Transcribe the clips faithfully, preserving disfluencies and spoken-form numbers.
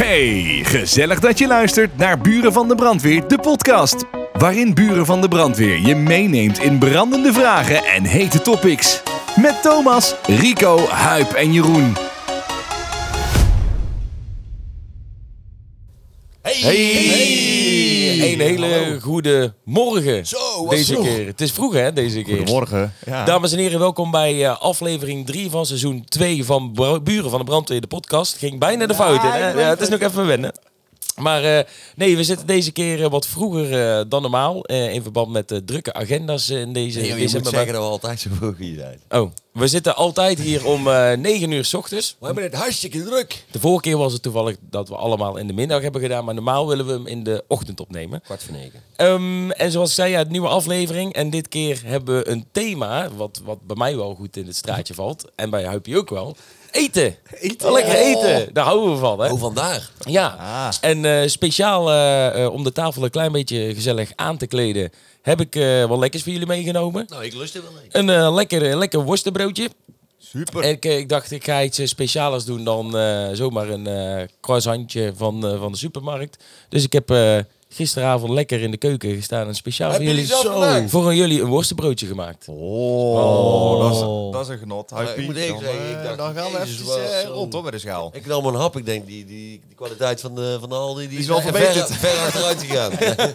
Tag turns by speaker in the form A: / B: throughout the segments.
A: Hey, gezellig dat je luistert naar Buren van de Brandweer, de podcast. Waarin Buren van de Brandweer je meeneemt in brandende vragen en hete topics. Met Thomas, Rico, Huip en Jeroen.
B: Hey! hey. Een hele Hallo. goede morgen.
C: Zo,
B: deze
C: vroeg.
B: keer. Het is vroeg hè, deze keer.
C: Goedemorgen. Ja.
B: Dames en heren, welkom bij uh, aflevering drie van seizoen twee van Bra- Buren van de Brandweer, de podcast. Ging bijna de fout in. Hè? Ja, het is nog even wennen. Maar uh, nee, we zitten deze keer uh, wat vroeger uh, dan normaal. Uh, in verband met de drukke agenda's uh, in deze...
C: Nee, joh, je
B: deze
C: moet zeggen dat we altijd zo vroeg hier zijn.
B: Oh, we zitten altijd hier om uh, negen uur 's ochtends.
C: We hebben het hartstikke druk.
B: De vorige keer was het toevallig dat we allemaal in de middag hebben gedaan. Maar normaal willen we hem in de ochtend opnemen.
C: Kwart voor negen.
B: Um, en zoals ik zei, ja, het nieuwe aflevering. En dit keer hebben we een thema, wat, wat bij mij wel goed in het straatje valt. En bij Huipie ook wel. Eten. eten. Lekker eten. Daar houden we van, hè?
C: Oh, vandaag.
B: Ja.
C: Ah.
B: En uh, speciaal uh, uh, om de tafel een klein beetje gezellig aan te kleden, heb ik uh, wat lekkers voor jullie meegenomen.
C: Nou, ik lust er wel mee.
B: Een uh, lekker, uh, lekker worstenbroodje.
C: Super.
B: En ik, uh, ik dacht, ik ga iets uh, speciaalers doen dan uh, zomaar een uh, croissantje van, uh, van de supermarkt. Dus ik heb uh, gisteravond lekker in de keuken gestaan en speciaal
C: Heb
B: voor
C: je
B: jullie,
C: die zelf gemaakt?
B: voor jullie een worstenbroodje gemaakt.
D: Oh,
B: Oh.
D: Dat, is, dat is een genot.
C: Nou,
D: Huipie,
C: ik moet eerlijk
D: dan,
C: zeggen, ik
D: eh,
C: dacht,
D: dan gaan we
C: Jezus,
D: even
C: wat
D: uh,
C: zo.
D: rond hoor met de schaal.
C: Ik nam een hap, ik denk, die, die, die kwaliteit van de, van de Aldi, die,
D: Die is wel
C: ver,
D: verbeterd.
C: ver achteruit gegaan.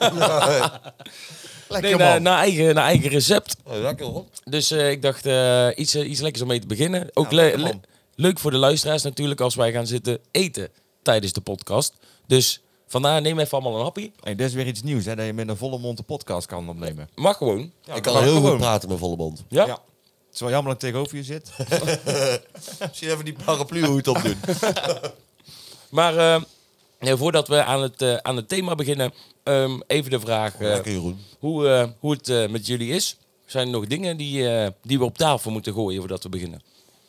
D: Lekker
B: Nee, naar,
D: man.
B: naar, eigen, naar eigen recept.
C: Oh, lekker hoor.
B: Dus uh, ik dacht, uh, iets, uh, iets lekkers om mee te beginnen. Ook
D: Ja,
B: le-
D: lekker,
B: le-
D: man.
B: leuk voor de luisteraars natuurlijk als wij gaan zitten eten tijdens de podcast. Dus vandaar, neem even allemaal een happy.
D: Hey, dit is weer iets nieuws, hè, dat je met een volle mond een podcast kan opnemen.
B: Mag gewoon.
D: Ja,
C: Ik kan
D: maar
C: heel
D: gewoon.
C: goed praten met volle mond.
B: Ja?
D: Ja. Het is wel jammer dat ik tegenover je zit.
C: Misschien even die parapluhoed opdoen.
B: Maar uh, ja, voordat we aan het, uh, aan het thema beginnen, um, even de vraag uh,
C: Lekker, Jeroen.
B: hoe, uh, hoe het uh, met jullie is. Zijn er nog dingen die, uh, die we op tafel moeten gooien voordat we beginnen?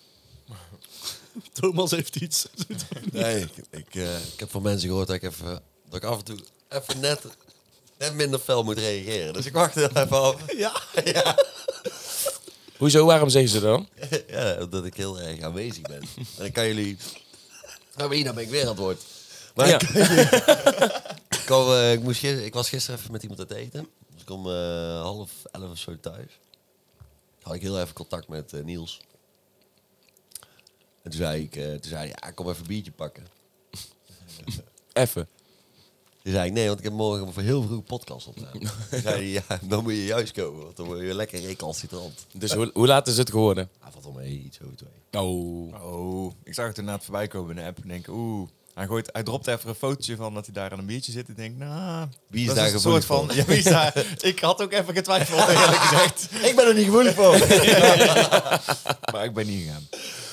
E: Thomas heeft iets.
C: Nee, ik, ik, uh, ik heb van mensen gehoord dat ik, even, dat ik af en toe even net, net minder fel moet reageren. Dus ik wacht er even af.
E: Ja.
C: Ja.
B: Hoezo, waarom zeggen ze dat dan?
C: Ja, omdat ik heel erg aanwezig ben. En dan kan jullie... Nou, maar hier nou ben ik weer aan het woord. Maar
B: Ja.
C: ik, ik, kwam, uh, ik, moest gister, ik was gisteren even met iemand uit eten. Dus ik kom uh, half elf of zo thuis. Had ik heel even contact met uh, Niels. En toen zei ik, uh, toen zei hij, ja, kom even een biertje pakken.
B: Even.
C: Toen zei ik, nee, want ik heb morgen voor heel vroeg een podcast opnemen. Toen zei hij, ja, dan moet je juist komen, want dan word je lekker recalcitrant.
B: Dus hoe, hoe laat is het geworden?
C: Hij valt wel mee, iets over twee.
B: Oh.
D: Oh, ik zag het inderdaad voorbij komen in de app en denk, oeh. Hij, gooit, hij dropt even een fotootje van dat hij daar aan een biertje zit. Ik denk, nou,
C: Wie is
D: dat
C: daar
D: een
C: gevoelig
D: soort van.
C: voor?
D: Ja, wie is daar? Ik had ook even getwijfeld, eerlijk gezegd.
C: Ik ben er niet gevoelig voor.
D: Maar ik ben niet gegaan.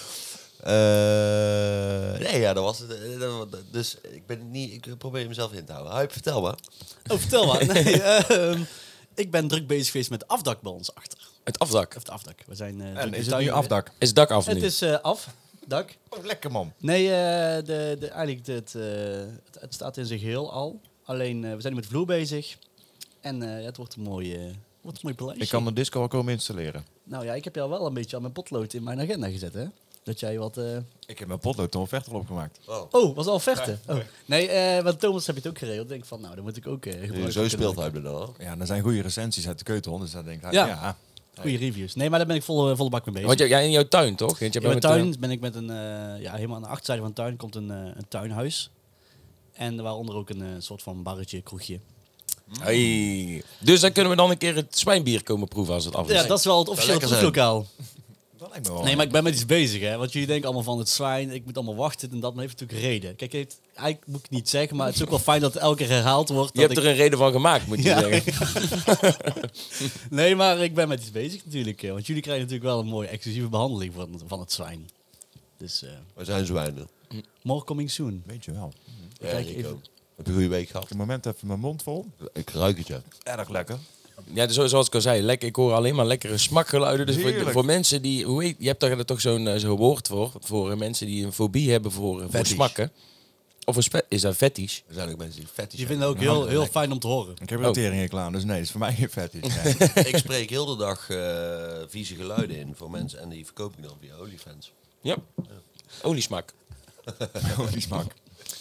C: Uh, nee, ja, dat was het. Uh, dat- dat- Dus ik ben niet. Ik probeer mezelf in te houden. Huip, vertel maar.
E: Oh, vertel maar. Nee, ehm, ik ben druk bezig geweest met de afdak bij ons achter.
B: Het afdak.
E: Of het afdak. We zijn, uh, druk
D: En
E: de
D: is het
E: tuin
D: nu
E: geweest.
D: afdak?
B: Is het dak af nu?
E: Het is uh, af. Dak.
D: Oh, lekker man.
E: Nee, uh, de, de, eigenlijk het, uh, het, het staat in zijn geheel al. Alleen, uh, we zijn nu met de vloer bezig. En uh, het wordt een mooi, uh, wordt een mooi paleisje.
D: Ik kan de disco al komen installeren.
E: Nou ja, ik heb jou wel een beetje aan mijn potlood in mijn agenda gezet, hè? Dat jij wat... Uh...
D: Ik heb mijn potlood een offerte al opgemaakt.
C: Oh.
E: Oh, was al vechten? Oh. Nee, uh, want Thomas heb je het ook geregeld. Ik denk van, nou, dan moet ik ook uh, gebruiken.
C: Zo speelt Huip er dan al.
D: Ja, er zijn goede recensies uit de keutel, dus dan denk ik,
E: Ja.
D: ja.
E: Goede reviews. Nee, maar daar ben ik volle, volle bak mee bezig.
B: Want jij jij in jouw tuin, toch? Want je
E: In
B: hebt
E: mijn
B: met,
E: tuin
B: uh,
E: ben ik met een, uh, ja, helemaal aan de achterzijde van de tuin komt een, uh, een tuinhuis. En waaronder ook een uh, soort van barretje, kroegje.
B: Hey. Dus dan kunnen we dan een keer het zwijnbier komen proeven als het af is.
E: Ja, dat is wel het officiële
C: lekker zijn.
E: proeflokaal.
D: Dat lijkt me wel.
E: Nee, maar ik ben met iets bezig, hè. Want jullie denken allemaal van het zwijn, ik moet allemaal wachten en dat, maar heeft natuurlijk reden. Kijk, het, eigenlijk moet ik niet zeggen, maar het is ook wel fijn dat het elke keer herhaald wordt.
B: Je
E: dat
B: hebt
E: ik...
B: er een reden van gemaakt, moet je
E: Ja.
B: zeggen.
E: Nee, maar ik ben met iets bezig natuurlijk. uh, Want jullie krijgen natuurlijk wel een mooie exclusieve behandeling van, van het zwijn. Dus, uh,
C: We zijn zwijnen.
E: more coming soon.
D: Weet je wel.
C: Ja,
E: Kijk,
C: ik
E: even-
C: ook. Heb je een goede week gehad?
D: Op het moment even mijn mond vol.
C: Ik ruik het, ja.
D: Erg lekker.
B: Ja, dus zoals ik al zei, lekker, ik hoor alleen maar lekkere smakgeluiden. Dus voor,
D: Heerlijk.
B: voor mensen die, hoe heet, je hebt daar toch zo'n uh, zo'n woord voor, voor uh, mensen die een fobie hebben voor, uh, voor
C: Fetish.
B: smakken. Of een spe- is dat fetish?
C: Er zijn ook mensen die vet
E: Die vinden het ook heel, heel fijn om te horen.
D: Ik heb
B: Oh.
D: een tering klaar, dus nee, het is voor mij geen fetish. Nee.
C: Ik spreek heel de dag uh, vieze geluiden in voor mensen en die verkoop ik dan via OnlyFans.
B: Ja. Oliesmak.
D: Oh, die smaak.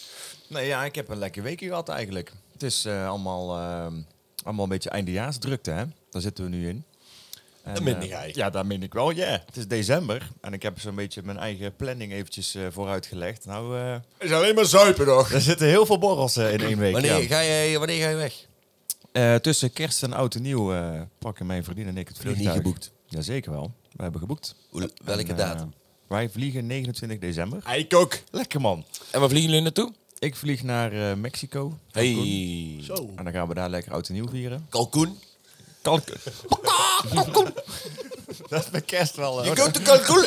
D: Nee, ja, ik heb een lekker weekje gehad eigenlijk. Het is uh, allemaal, uh, allemaal een beetje eindejaarsdrukte, hè. Daar zitten we nu in. En,
C: Dat meen
D: uh,
C: jij.
D: Ja, dat meen ik wel, ja. Yeah. Het is december en ik heb zo'n beetje mijn eigen planning eventjes uh, vooruitgelegd. Nou, uh,
C: is alleen maar zuipen nog.
D: Er zitten heel veel borrels uh, in één week.
C: Wanneer,
D: ja.
C: ga je, wanneer ga je weg?
D: Uh, tussen kerst en oud en nieuw uh, pakken mijn vriendin en ik het
C: Heb je
D: vliegtuig.
C: niet geboekt?
D: Jazeker wel. We hebben geboekt.
C: Hoe, welke
D: en, uh,
C: datum?
D: Wij vliegen negenentwintig december.
C: Ik ook.
D: Lekker man.
B: En waar vliegen jullie naartoe?
D: Ik vlieg naar uh, Mexico.
B: Hey.
E: Zo.
D: En dan gaan we daar lekker oud en nieuw vieren.
C: Kalkoen.
D: Kalkoen. Dat is bij kerst wel.
C: Je komt de kalkoen.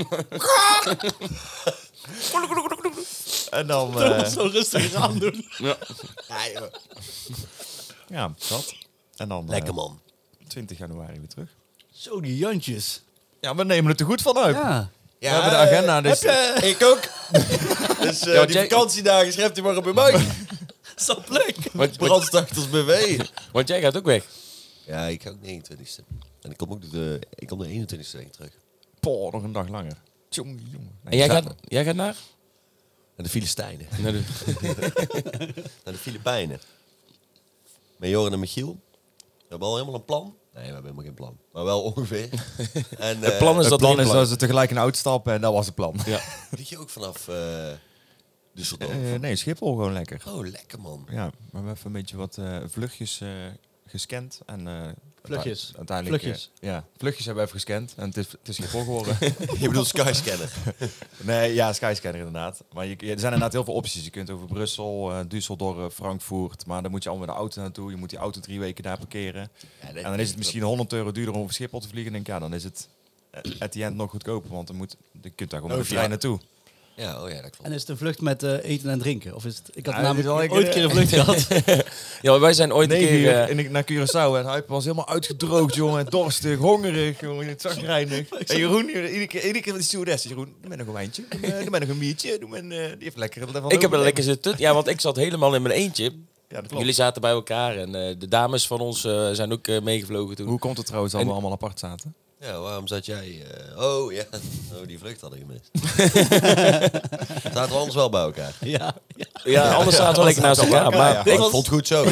D: En dan...
E: Dat
D: Uh,
E: was zo rustig aan doen.
B: Ja.
C: Ja, joh.
D: ja, dat. En dan uh,
C: Lekker man.
D: twintig januari weer terug.
E: Zo, die Jantjes.
D: Ja, we nemen het er goed van uit.
E: Ja.
D: We hebben de agenda. Dus
C: Heb je? Ik ook. Dus uh,
B: Ja,
C: die
B: Jack-
C: vakantiedagen schrijft u maar op bij mij.
E: Zo leuk.
B: Want, want,
C: Brandstarters B W.
B: want jij gaat ook weg.
C: Ja, ik ga ook de eenentwintigste. En ik kom ook de, ik kom de eenentwintigste denk ik terug.
D: Poh, nog een dag langer. Tjonge, jongen.
B: En jij gaat, jij gaat naar?
C: Naar de Filistijnen.
B: Naar de-
C: Naar de Filipijnen. Met Joren en Michiel. We hebben al helemaal een plan. Nee, we hebben helemaal geen plan. Maar wel ongeveer. En,
B: Het plan is
D: Het
B: dat
D: plan
B: erin
D: is
B: blijft.
D: dat ze tegelijk een uitstappen en dat was het plan.
B: Ja.
C: Vlieg je ook vanaf uh, Düsseldorf?
D: Uh, nee, Schiphol gewoon lekker.
C: Oh, lekker man.
D: Ja, we hebben even een beetje wat uh, vluchtjes uh, gescand. En, uh,
E: Vluchtjes.
D: uite- Uiteindelijk,
E: Vluchtjes.
D: Uh, ja, vluchtjes hebben we even gescand. En het is, het is Schiphol geworden.
C: Je bedoelt Skyscanner.
D: Nee, ja, Skyscanner inderdaad. Maar je, er zijn inderdaad heel veel opties. Je kunt over Brussel, uh, Düsseldorf, Frankfurt. Maar dan moet je allemaal met de auto naartoe. Je moet die auto drie weken daar parkeren.
C: Ja, dat-
D: En dan is het misschien honderd euro duurder om over Schiphol te vliegen. En denk ik, ja, dan is het at the end nog goedkoper. Want dan moet, je kunt daar gewoon met de trein naartoe.
C: Ja, oh ja, dat klopt.
E: En is het een vlucht met uh, eten en drinken? Of is het... Ik had
D: Ja,
E: namelijk
D: dit is al
E: ooit een
D: een
E: keer
D: keer-
E: een vlucht gehad.
B: Ja, wij zijn ooit een
D: Negen
B: keer...
D: uur
B: eh,
D: en ik naar Curaçao en Hype was helemaal uitgedroogd, jongen. Dorstig, hongerig, jongen. Het zag reinig. En Jeroen, iedere keer, iedere keer met de stewardess. Jeroen, doe mij nog een wijntje. Doe mij, doe mij nog een biertje. Doe mij een, uh, die heeft lekker...
B: ik heb er lekker zitten. Ja, want ik zat helemaal in mijn eentje.
D: Ja, dat klopt.
B: Jullie zaten bij elkaar en uh, de dames van ons uh, zijn ook uh, meegevlogen toen.
D: Hoe komt het trouwens dat we
B: En-
D: allemaal apart zaten?
C: Ja, waarom zat jij... Uh, oh ja, oh, die vlucht hadden gemist. Zaten we anders wel bij elkaar?
E: Ja. ja.
B: Ja, anders zaten we lekker naast elkaar. Maar
C: Ja, ik vond het goed zo.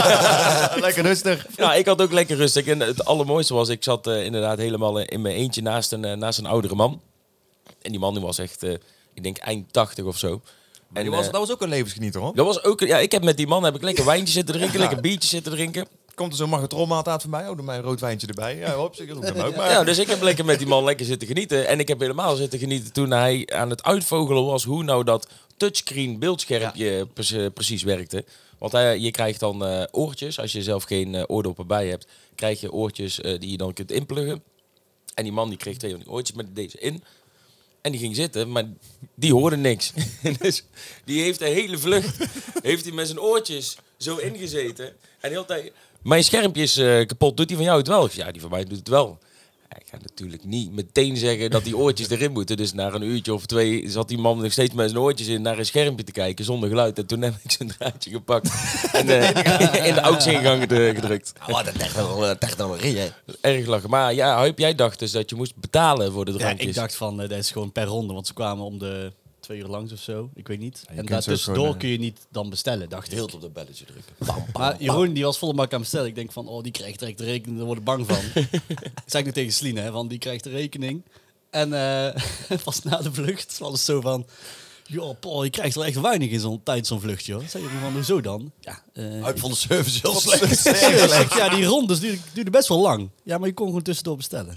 D: Lekker rustig.
B: ja, ik had ook lekker rustig. En het allermooiste was, ik zat uh, inderdaad helemaal in mijn eentje naast een, uh, naast een oudere man. En die man die was echt, uh, ik denk eind tachtig of zo.
D: En
B: En,
D: was,
B: uh,
D: dat was ook een levensgenieter, hoor.
B: dat was ook, ja, ik heb met die man heb ik lekker wijntje zitten drinken, lekker biertje zitten drinken.
D: Komt er zo'n magnetronmaaltijd voorbij? Oh, doe mij een rood wijntje erbij. Ja, hop, ik doe hem ook maar.
B: Ja, dus ik heb lekker met die man lekker zitten genieten. En ik heb helemaal zitten genieten toen hij aan het uitvogelen was hoe nou dat touchscreen beeldschermpje pre- precies werkte. Want hij, je krijgt dan uh, oortjes. Als je zelf geen uh, oordoppen bij hebt, krijg je oortjes uh, die je dan kunt inpluggen. En die man die kreeg twee van die oortjes met deze in. En die ging zitten, maar die hoorde niks. Dus die heeft de hele vlucht heeft hij met zijn oortjes zo ingezeten. En de hele tijd... Mijn schermpje is uh, kapot. Doet die van jou het wel? Ik zei, ja, die van mij doet het wel. Ik ga natuurlijk niet meteen zeggen dat die oortjes erin moeten. Dus na een uurtje of twee zat die man nog steeds met zijn oortjes in naar een schermpje te kijken zonder geluid. En toen heb ik zijn draadje gepakt en uh, in de autoingang gedrukt.
C: Oh, dat echt wel een technologie, hè.
B: Erg lachen. Maar ja, Huip, jij dacht dus dat je moest betalen voor de
E: Ja,
B: drankjes.
E: ik dacht van, uh, dat is gewoon per ronde. Want ze kwamen om de twee uur langs of zo. Ik weet niet.
D: Ja, je
E: en
D: kunt ze ook
E: daartussendoor
D: gewoon, uh,
E: kun je niet dan bestellen, dacht
C: Heel
E: ik.
C: op dat belletje drukken. Bam, bam,
E: Maar
C: bam.
E: Jeroen, die was volle bak aan het bestellen. Ik denk van, oh, die krijgt direct de rekening. Daar word ik bang van. Dat zei ik nu tegen Sline, hè, van die krijgt de rekening. En uh, pas na de vlucht was het zo van... Joh, Paul, je krijgt er echt weinig in zo'n tijd zo'n vluchtje, hoor. Zei Jeroen van, hoezo dan? Ja, uh,
C: Uit van de service heel slecht.
E: serieus, ja, die rondes duurden, duurden best wel lang. Ja, maar je kon gewoon tussendoor bestellen.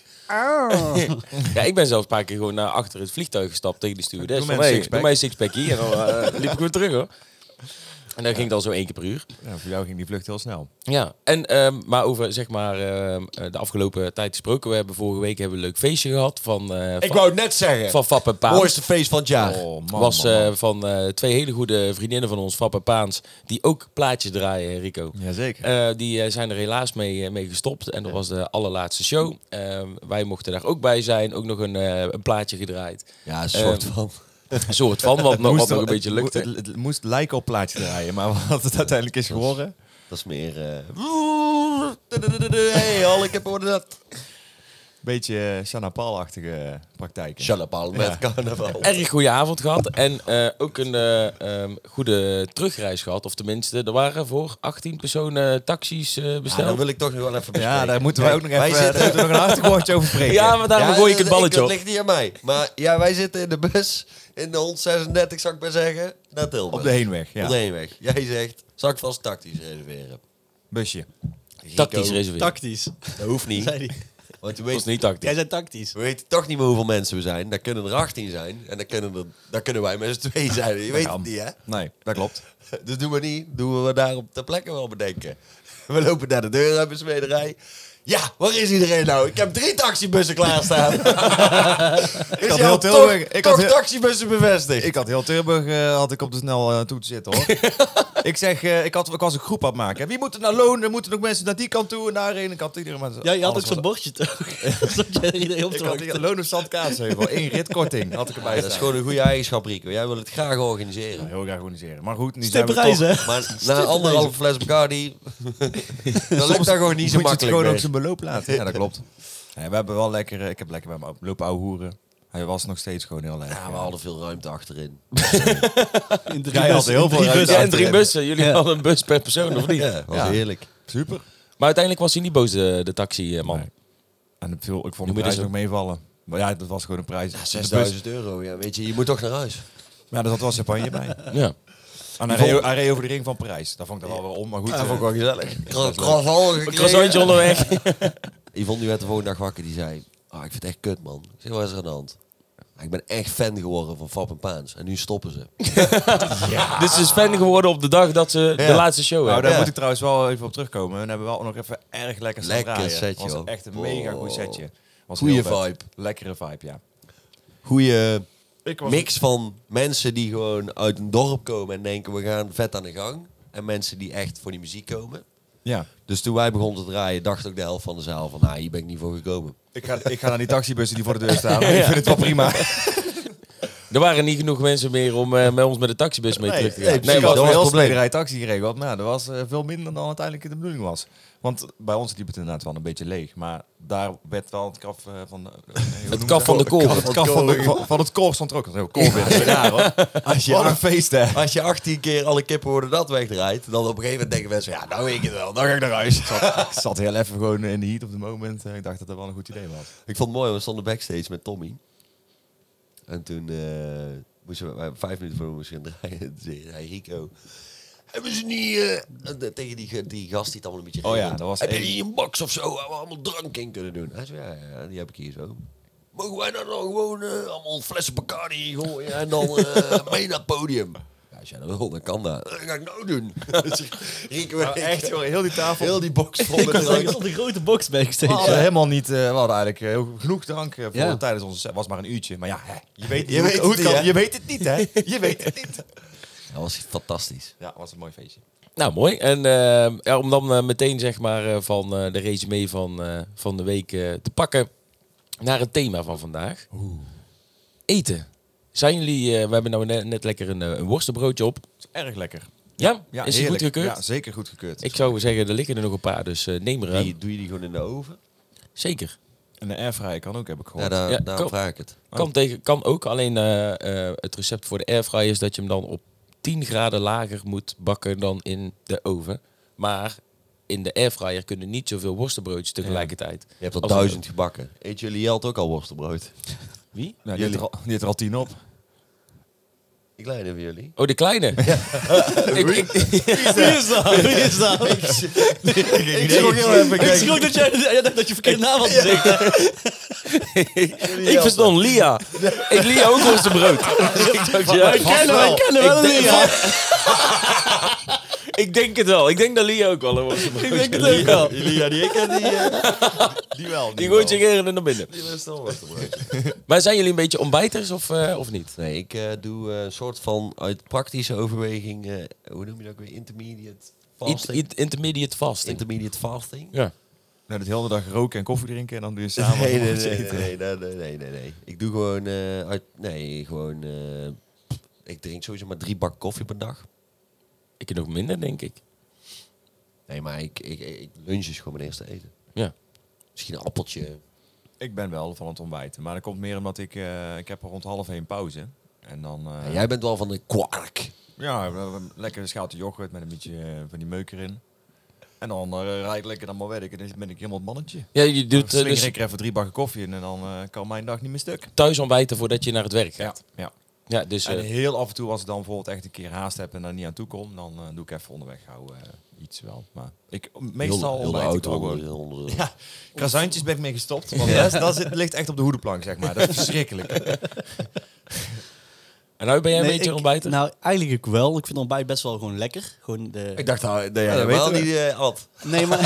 B: Ja, ik ben zelfs een paar keer gewoon naar achter het vliegtuig gestapt tegen de stewardess.
D: Doe mij
B: Van,
D: een
B: hey,
D: sixpack.
B: doe mij een sixpackie. En dan uh, liep ik weer terug, hoor. En dan ging het al zo één keer per uur.
D: Ja, voor jou ging die vlucht heel snel.
B: Ja, en, ehm, maar over zeg maar, ehm, uh, de afgelopen tijd gesproken. We hebben vorige week hebben we een leuk feestje gehad van, uh,
C: Ik
B: van,
C: wou het net zeggen.
B: van Fap en Paans.
C: Mooiste feest van het jaar.
D: Oh, man,
B: was
D: man, man.
B: uh, van uh, twee hele goede vriendinnen van ons, Fap en Paans, die ook plaatjes draaien, Rico.
D: Jazeker.
B: Uh, die uh, zijn er helaas mee, uh, mee gestopt. En dat was de allerlaatste show. Uh, wij mochten daar ook bij zijn. Ook nog een, uh, een plaatje gedraaid.
C: Ja, een soort
B: Ehm,
C: van.
B: Een soort van, wat, nog- wat nog een beetje
D: het,
B: lukte.
D: Het, het, het moest lijken op plaatje draaien, maar wat het uiteindelijk is geworden...
C: Dat is meer... Uh... Hey, al, ik heb hoorde dat.
D: Beetje uh, Shanna Paul-achtige praktijken.
C: Shanna Paul met
D: Ja.
C: carnaval.
B: Erg goede avond gehad. En uh, ook een uh, um, goede terugreis gehad. Of tenminste, er waren voor achttien personen taxis uh, besteld.
C: Ja, dan wil ik toch nog wel even bespreken.
D: Ja, daar moeten we ook nog
C: Wij
D: even
C: zitten-
D: daar moeten we nog een achterwoordje over spreken.
B: Ja, maar daarom
C: Ja,
B: gooi ik
C: dat-
B: het balletje
C: Dat
B: op.
C: ligt niet aan mij. Maar ja, wij zitten in de bus in de honderdzesendertig, zou ik maar zeggen, naar Tilburg.
D: Op de heenweg, ja.
C: Op de heenweg. Jij zegt, zal ik vast tactisch reserveren?
D: Busje.
B: Tactisch
C: Rico,
B: reserveren.
E: Tactisch.
C: Dat hoeft niet.
E: Zei die.
C: Want we
B: Dat is
C: weten,
B: niet tactisch.
E: Jij bent tactisch.
C: we weten toch niet meer hoeveel mensen we zijn. Dat kunnen er achttien zijn. En dan kunnen, er, dan kunnen wij met z'n twee zijn. Je weet
D: Ja.
C: het niet, hè?
D: Nee, dat klopt.
C: Dus doen we niet. Doen we daar op ter plekke wel bedenken. We lopen naar de deur, hebben smederij. Ja, waar is iedereen nou? Ik heb drie taxibussen klaarstaan. ik
D: had
C: al
D: heel
C: toch,
D: Tilburg- ik
C: toch
D: had heel-
C: taxibussen bevestigd.
D: Ik had heel Tilburg uh, had ik op de snel uh, toe te zitten, hoor. ik zeg, uh, ik, had, ik was een groep aan het maken. Wie moet er naar loon? Er moeten nog mensen naar die kant toe en daarheen. Ik had iedereen maar
E: Ja, je had ook
D: alles
E: zo'n
D: was-
E: bordje toch? Zodat je iedereen op
D: Ik
E: te
D: had
E: wachten.
D: die loon op Zandkaatsheuvel. Eén ritkorting had ik erbij
C: Ja, dat is
D: staan.
C: gewoon een goede eigenschap, Rico. Jij wil het graag organiseren.
D: Heel graag organiseren. Maar goed, nu zijn we
E: Stipprijs,
D: toch...
E: hè?
C: Maar na anderhalve fles Bacardi, dan lukt dat gewoon niet zo
D: moet je het
C: makkelijk
D: gewoon ook
C: meer.
D: zijn beloop laten. Ja, dat klopt. Ja, we hebben wel lekker... uh, ik heb lekker bij me lopen ouwe hoeren. Hij was nog steeds gewoon heel lekker.
C: Ja, we hadden veel ruimte achterin.
E: In drie
D: Jij had
E: bussen,
D: heel
E: in
D: veel
E: drie
D: ruimte.
E: bussen.
B: Ja, en drie bussen. Jullie
E: Ja.
B: hadden een bus per persoon, of niet?
C: Ja, was
D: Ja.
C: heerlijk.
D: Super.
B: Maar uiteindelijk was hij niet boos, de, de taxi-man.
D: Nee. En het viel, ik vond
B: Noem
D: de
B: je
D: prijs
B: dus
D: nog meevallen. Maar ja, dat was gewoon een prijs.
C: Ja,
D: De bus-
C: zesduizend euro, ja, weet je, je moet toch naar huis.
D: Ja, er zat wel champagne bij.
B: Ja.
D: En hij, reed, hij reed over de ring van Parijs. Dat vond ik dan wel weer om, maar goed.
C: Ja, dat
D: eh,
C: vond ik wel gezellig.
B: Een
C: Croissant
B: croissantje onderweg.
C: Yvonne die werd de volgende dag wakker, die zei... Ah, ik vind het echt kut, man. Ik zeg, wat is er aan de hand? Ik ben echt fan geworden van Fab en Paans. En nu stoppen ze.
B: Dus ze is fan geworden op de dag dat ze de
C: Ja.
B: laatste show
D: Nou,
B: hebben.
D: daar
C: Ja.
D: moet ik trouwens wel even op terugkomen. We hebben wel nog even erg lekker staan
C: Lekker
D: draaien.
C: setje,
D: was
C: hoor.
D: echt een mega
C: Oh.
D: goed setje. Was
C: Goeie
D: heel vet.
C: vibe.
D: Lekkere vibe, ja.
C: Goeie
D: Ik was
C: mix van mensen die gewoon uit een dorp komen en denken, we gaan vet aan de gang. En mensen die echt voor die muziek komen.
D: Ja.
C: Dus toen wij begonnen te draaien, dacht ook de helft van de zaal van, nou, hier ben ik niet voor gekomen.
D: Ik ga, ik ga naar die taxibussen die voor de deur staan. Maar ik vind het wel prima.
B: Er waren niet genoeg mensen meer om uh, met ons met de taxibus mee terug te gaan.
C: nee,
D: Nee,
C: dat
D: maar
C: was
D: dat
C: het
D: was
C: probleem.
D: een rij taxi geregeld. Maar dat was uh, veel minder dan uiteindelijk de bedoeling was. Want bij ons liep het inderdaad wel een beetje leeg. Maar daar werd wel het kaf uh, van... Uh,
B: Het kaf van de kool.
D: Het kaf van, de, van, van het koor stond er ook. Heel koor weer daar, hoor.
C: Als je,
D: Wat een
C: ach-
D: feest, hè.
C: als je achttien keer alle kippen worden dat wegdraait, dan op een gegeven moment denken mensen, ja, nou weet ik het wel, dan ga ik naar huis.
D: Ik zat, ik zat heel even gewoon in de heat op het moment. Uh, ik dacht dat dat wel een goed idee was.
C: Ik vond het mooi, we stonden backstage met Tommy. En toen uh, moesten we, we hebben vijf minuten voor we moesten gaan draaien. Toen zei hij, Rico, hebben ze niet... Uh, tegen die, die gast die het allemaal een beetje
D: Oh ja,
C: regelt.
D: dat was
C: Heb je
D: één.
C: niet een box of zo waar we allemaal drank in kunnen doen? Hij zei, ja, ja, die heb ik hier zo. Mogen wij nou dan gewoon uh, allemaal flessen Bacardi gooien en dan uh, mee naar het podium? Ja, als jij dat wil, dan kan dat. Dat ga ik nou doen. Dus Rico en
D: Nou,
C: ik,
D: echt, joh, heel die tafel.
C: heel die box vol
E: Ik
C: met
E: was er
C: drank.
E: stond een grote box backstage.
D: We hadden helemaal niet... Uh, we hadden eigenlijk uh, heel genoeg drank uh, voor
E: Ja.
D: tijdens onze set. Was maar een uurtje. Maar ja, hè, je weet,
C: Je
D: hoe-
C: weet
D: hoe
C: het
D: het kan.
C: niet, hè?
D: Je weet het niet, hè. Je weet het niet.
C: Dat was fantastisch.
D: Ja, was een mooi feestje.
B: Nou, mooi. En uh, ja, om dan uh, meteen zeg maar uh, van uh, de resume van, uh, van de week uh, te pakken naar het thema van vandaag. Oeh. Eten. Zijn jullie... Uh, we hebben nou net, net lekker een, uh, een worstenbroodje op.
D: Erg lekker.
B: Ja?
D: Ja,
B: Is die goed
D: heerlijk.
B: gekeurd?
D: Ja, zeker goed gekeurd.
B: Ik zou zeggen, er liggen er nog een paar, dus uh, neem er aan.
C: Die, doe je die gewoon in de oven?
B: Zeker.
D: En de airfryer kan ook, heb ik
C: Ja,
D: gehoord.
C: daar,
B: Ja,
C: daarom
B: kom.
C: vraag ik het.
B: Kan, tegen, kan ook, alleen uh, uh, het recept voor de airfryer is dat je hem dan op tien graden lager moet bakken dan in de oven. Maar in de airfryer kunnen niet zoveel worstenbroodjes tegelijkertijd.
C: Je hebt al
B: Als-
C: duizend gebakken. Eet jullie Jelt ook al worstenbrood?
B: Wie?
D: Nou, die, heeft er al, die heeft er al tien op.
C: Ik leid even jullie.
B: Oh, de kleine. ik, ik,
E: Wie is dat? Wie is dat?
C: Ik schrok heel even.
E: Ik schrok dat jij jij dacht dat je verkeerde naam had gezegd.
B: ik verstond Lia. Ik Lia ook worstenbrood. ik dacht, ja,
E: Wij kennen, wij kennen wel
B: Ik denk-
E: Lia.
B: Ik denk het wel. Ik denk dat Lia ook wel een worstenbrood
E: Ik denk het ook wel.
C: Lia die ik en die... uh,
D: Die wel.
B: Die gooit zich eerder naar binnen.
C: die wist al worstenbrood.
B: Maar zijn jullie een beetje ontbijters of, uh, of niet?
C: Nee, ik uh, doe uh, een soort van uit praktische overweging... Uh, hoe noem je dat ook weer? Intermediate
B: Eat,
C: fasting?
B: eat intermediate fasting.
C: Intermediate fasting?
B: Ja.
D: Nou, de hele dag roken en koffie drinken en dan doe je samen
C: Nee, nee,
D: wat
C: nee,
D: eten.
C: nee, nee, nee, nee, nee, nee. Ik doe gewoon uh, uit... Nee, gewoon... Uh, ik drink sowieso maar drie bak koffie per dag.
B: Ik nog minder, denk ik.
C: Nee, maar ik, ik, ik lunch is gewoon mijn eerste eten.
B: Ja.
C: Misschien een appeltje.
D: Ik ben wel van het ontbijten. Maar dat komt meer omdat ik... Uh, ik heb rond half één pauze. En dan... Uh,
C: ja, jij bent wel van de kwark.
D: Ja, lekker een schaaltje yoghurt met een beetje uh, van die meuk erin. En dan uh, rijd ik lekker naar mijn werk en dan ben ik helemaal het mannetje.
B: Ja, je doet
D: dan
B: uh, dus
D: ik er even drie bakken koffie in en dan uh, kan mijn dag niet meer stuk.
B: Thuis ontbijten voordat je naar het werk gaat.
D: Ja, ja.
B: Ja, dus, uh,
D: en heel af en toe als ik dan bijvoorbeeld echt een keer haast heb en daar niet aan toe kom, dan uh, doe ik even onderweg gauw uh, iets wel. Maar ik meestal
C: heel, heel de auto onder, onder de...
D: Ja, croissantjes ben ik mee gestopt. Want ja. dat zit, ligt echt op de hoedenplank, zeg maar. Dat is verschrikkelijk.
B: En nou ben jij
E: nee,
B: een beetje
E: ik,
B: ontbijten?
E: Nou, eigenlijk wel. Ik vind ontbijt best wel gewoon lekker. Gewoon de...
C: Ik dacht dat nee,
D: ja,
C: helemaal niet uh, at.
E: Nee, maar...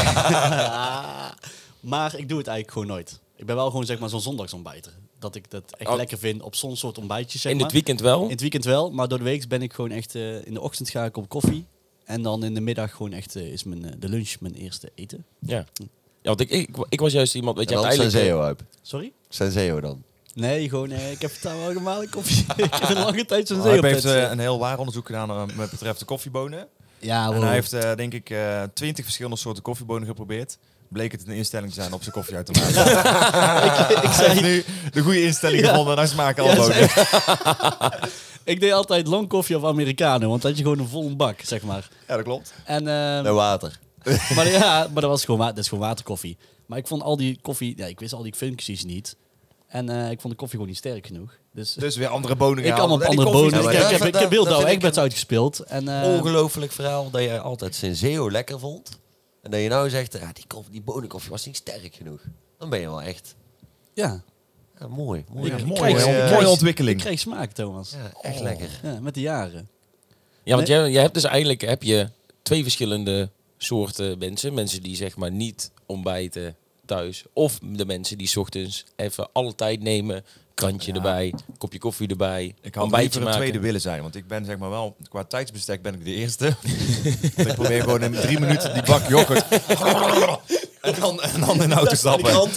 E: maar ik doe het eigenlijk gewoon nooit. Ik ben wel gewoon zeg maar zo'n zondagsontbijter. Dat ik dat echt
B: oh.
E: lekker vind op zo'n soort ontbijtjes, zeg
B: In
E: maar.
B: het weekend wel?
E: In het weekend wel, maar door de week ben ik gewoon echt... Uh, in de ochtend ga ik op koffie. En dan in de middag gewoon echt uh, is mijn, uh, de lunch mijn eerste eten.
B: Ja. Ja, want ik, ik, ik was juist iemand... Weet je,
C: en dan
B: eigenlijk
C: Senseo uit.
E: Sorry?
C: Senseo dan?
E: Nee, gewoon... Uh, ik heb het al normale koffie. Ik heb een lange tijd zo'n
D: oh,
E: zee
D: Hij
E: op
D: heeft
E: het,
D: uh, een heel waar onderzoek gedaan uh, met betreft de koffiebonen.
E: Ja,
D: en hij heeft uh, denk ik uh, twintig verschillende soorten koffiebonen geprobeerd. Bleek het een instelling te zijn op zijn koffieautomaat. ik, ik zei nu de goede instelling ja. gevonden en hij smaken al ja, bonen.
E: Ik deed altijd long koffie of Americano, want dan had je gewoon een volle bak, zeg maar.
D: Ja, dat klopt.
E: En, uh,
C: en water.
E: Maar ja, maar dat was gewoon, dat is gewoon waterkoffie. Maar ik vond al die koffie, ja, ik wist al die functies niet. En uh, ik vond de koffie gewoon niet sterk genoeg. Dus,
D: dus weer andere bonen
E: Ik kan op andere bonen.
C: Ja,
E: ik,
C: dat,
E: ik, ik, ik heb heel Douwe Egberts
C: een
E: uitgespeeld. En, uh,
C: ongelooflijk verhaal dat jij altijd Senseo lekker vond. En dat je nou zegt, ja, die, koffie, die bonenkoffie was niet sterk genoeg. Dan ben je wel echt...
E: Ja.
C: Ja, mooi. Mooi.
D: Ja,
E: ik
D: mooi,
E: krijg,
D: uh,
E: ik
D: mooie ontwikkeling.
E: Ik kreeg smaak, Thomas.
C: Ja, echt oh. lekker.
E: Ja, met de jaren.
B: Ja, want nee? jij, jij hebt dus eigenlijk heb je twee verschillende soorten mensen. Mensen die zeg maar niet ontbijten thuis. Of de mensen die 's ochtends even alle tijd nemen. Krantje ja. erbij, kopje koffie erbij.
D: Ik had liever een tweede willen zijn. Want ik ben zeg maar wel, qua tijdsbestek ben ik de eerste. Ik probeer gewoon in drie minuten die bak yoghurt. en, dan, en dan in de auto stappen.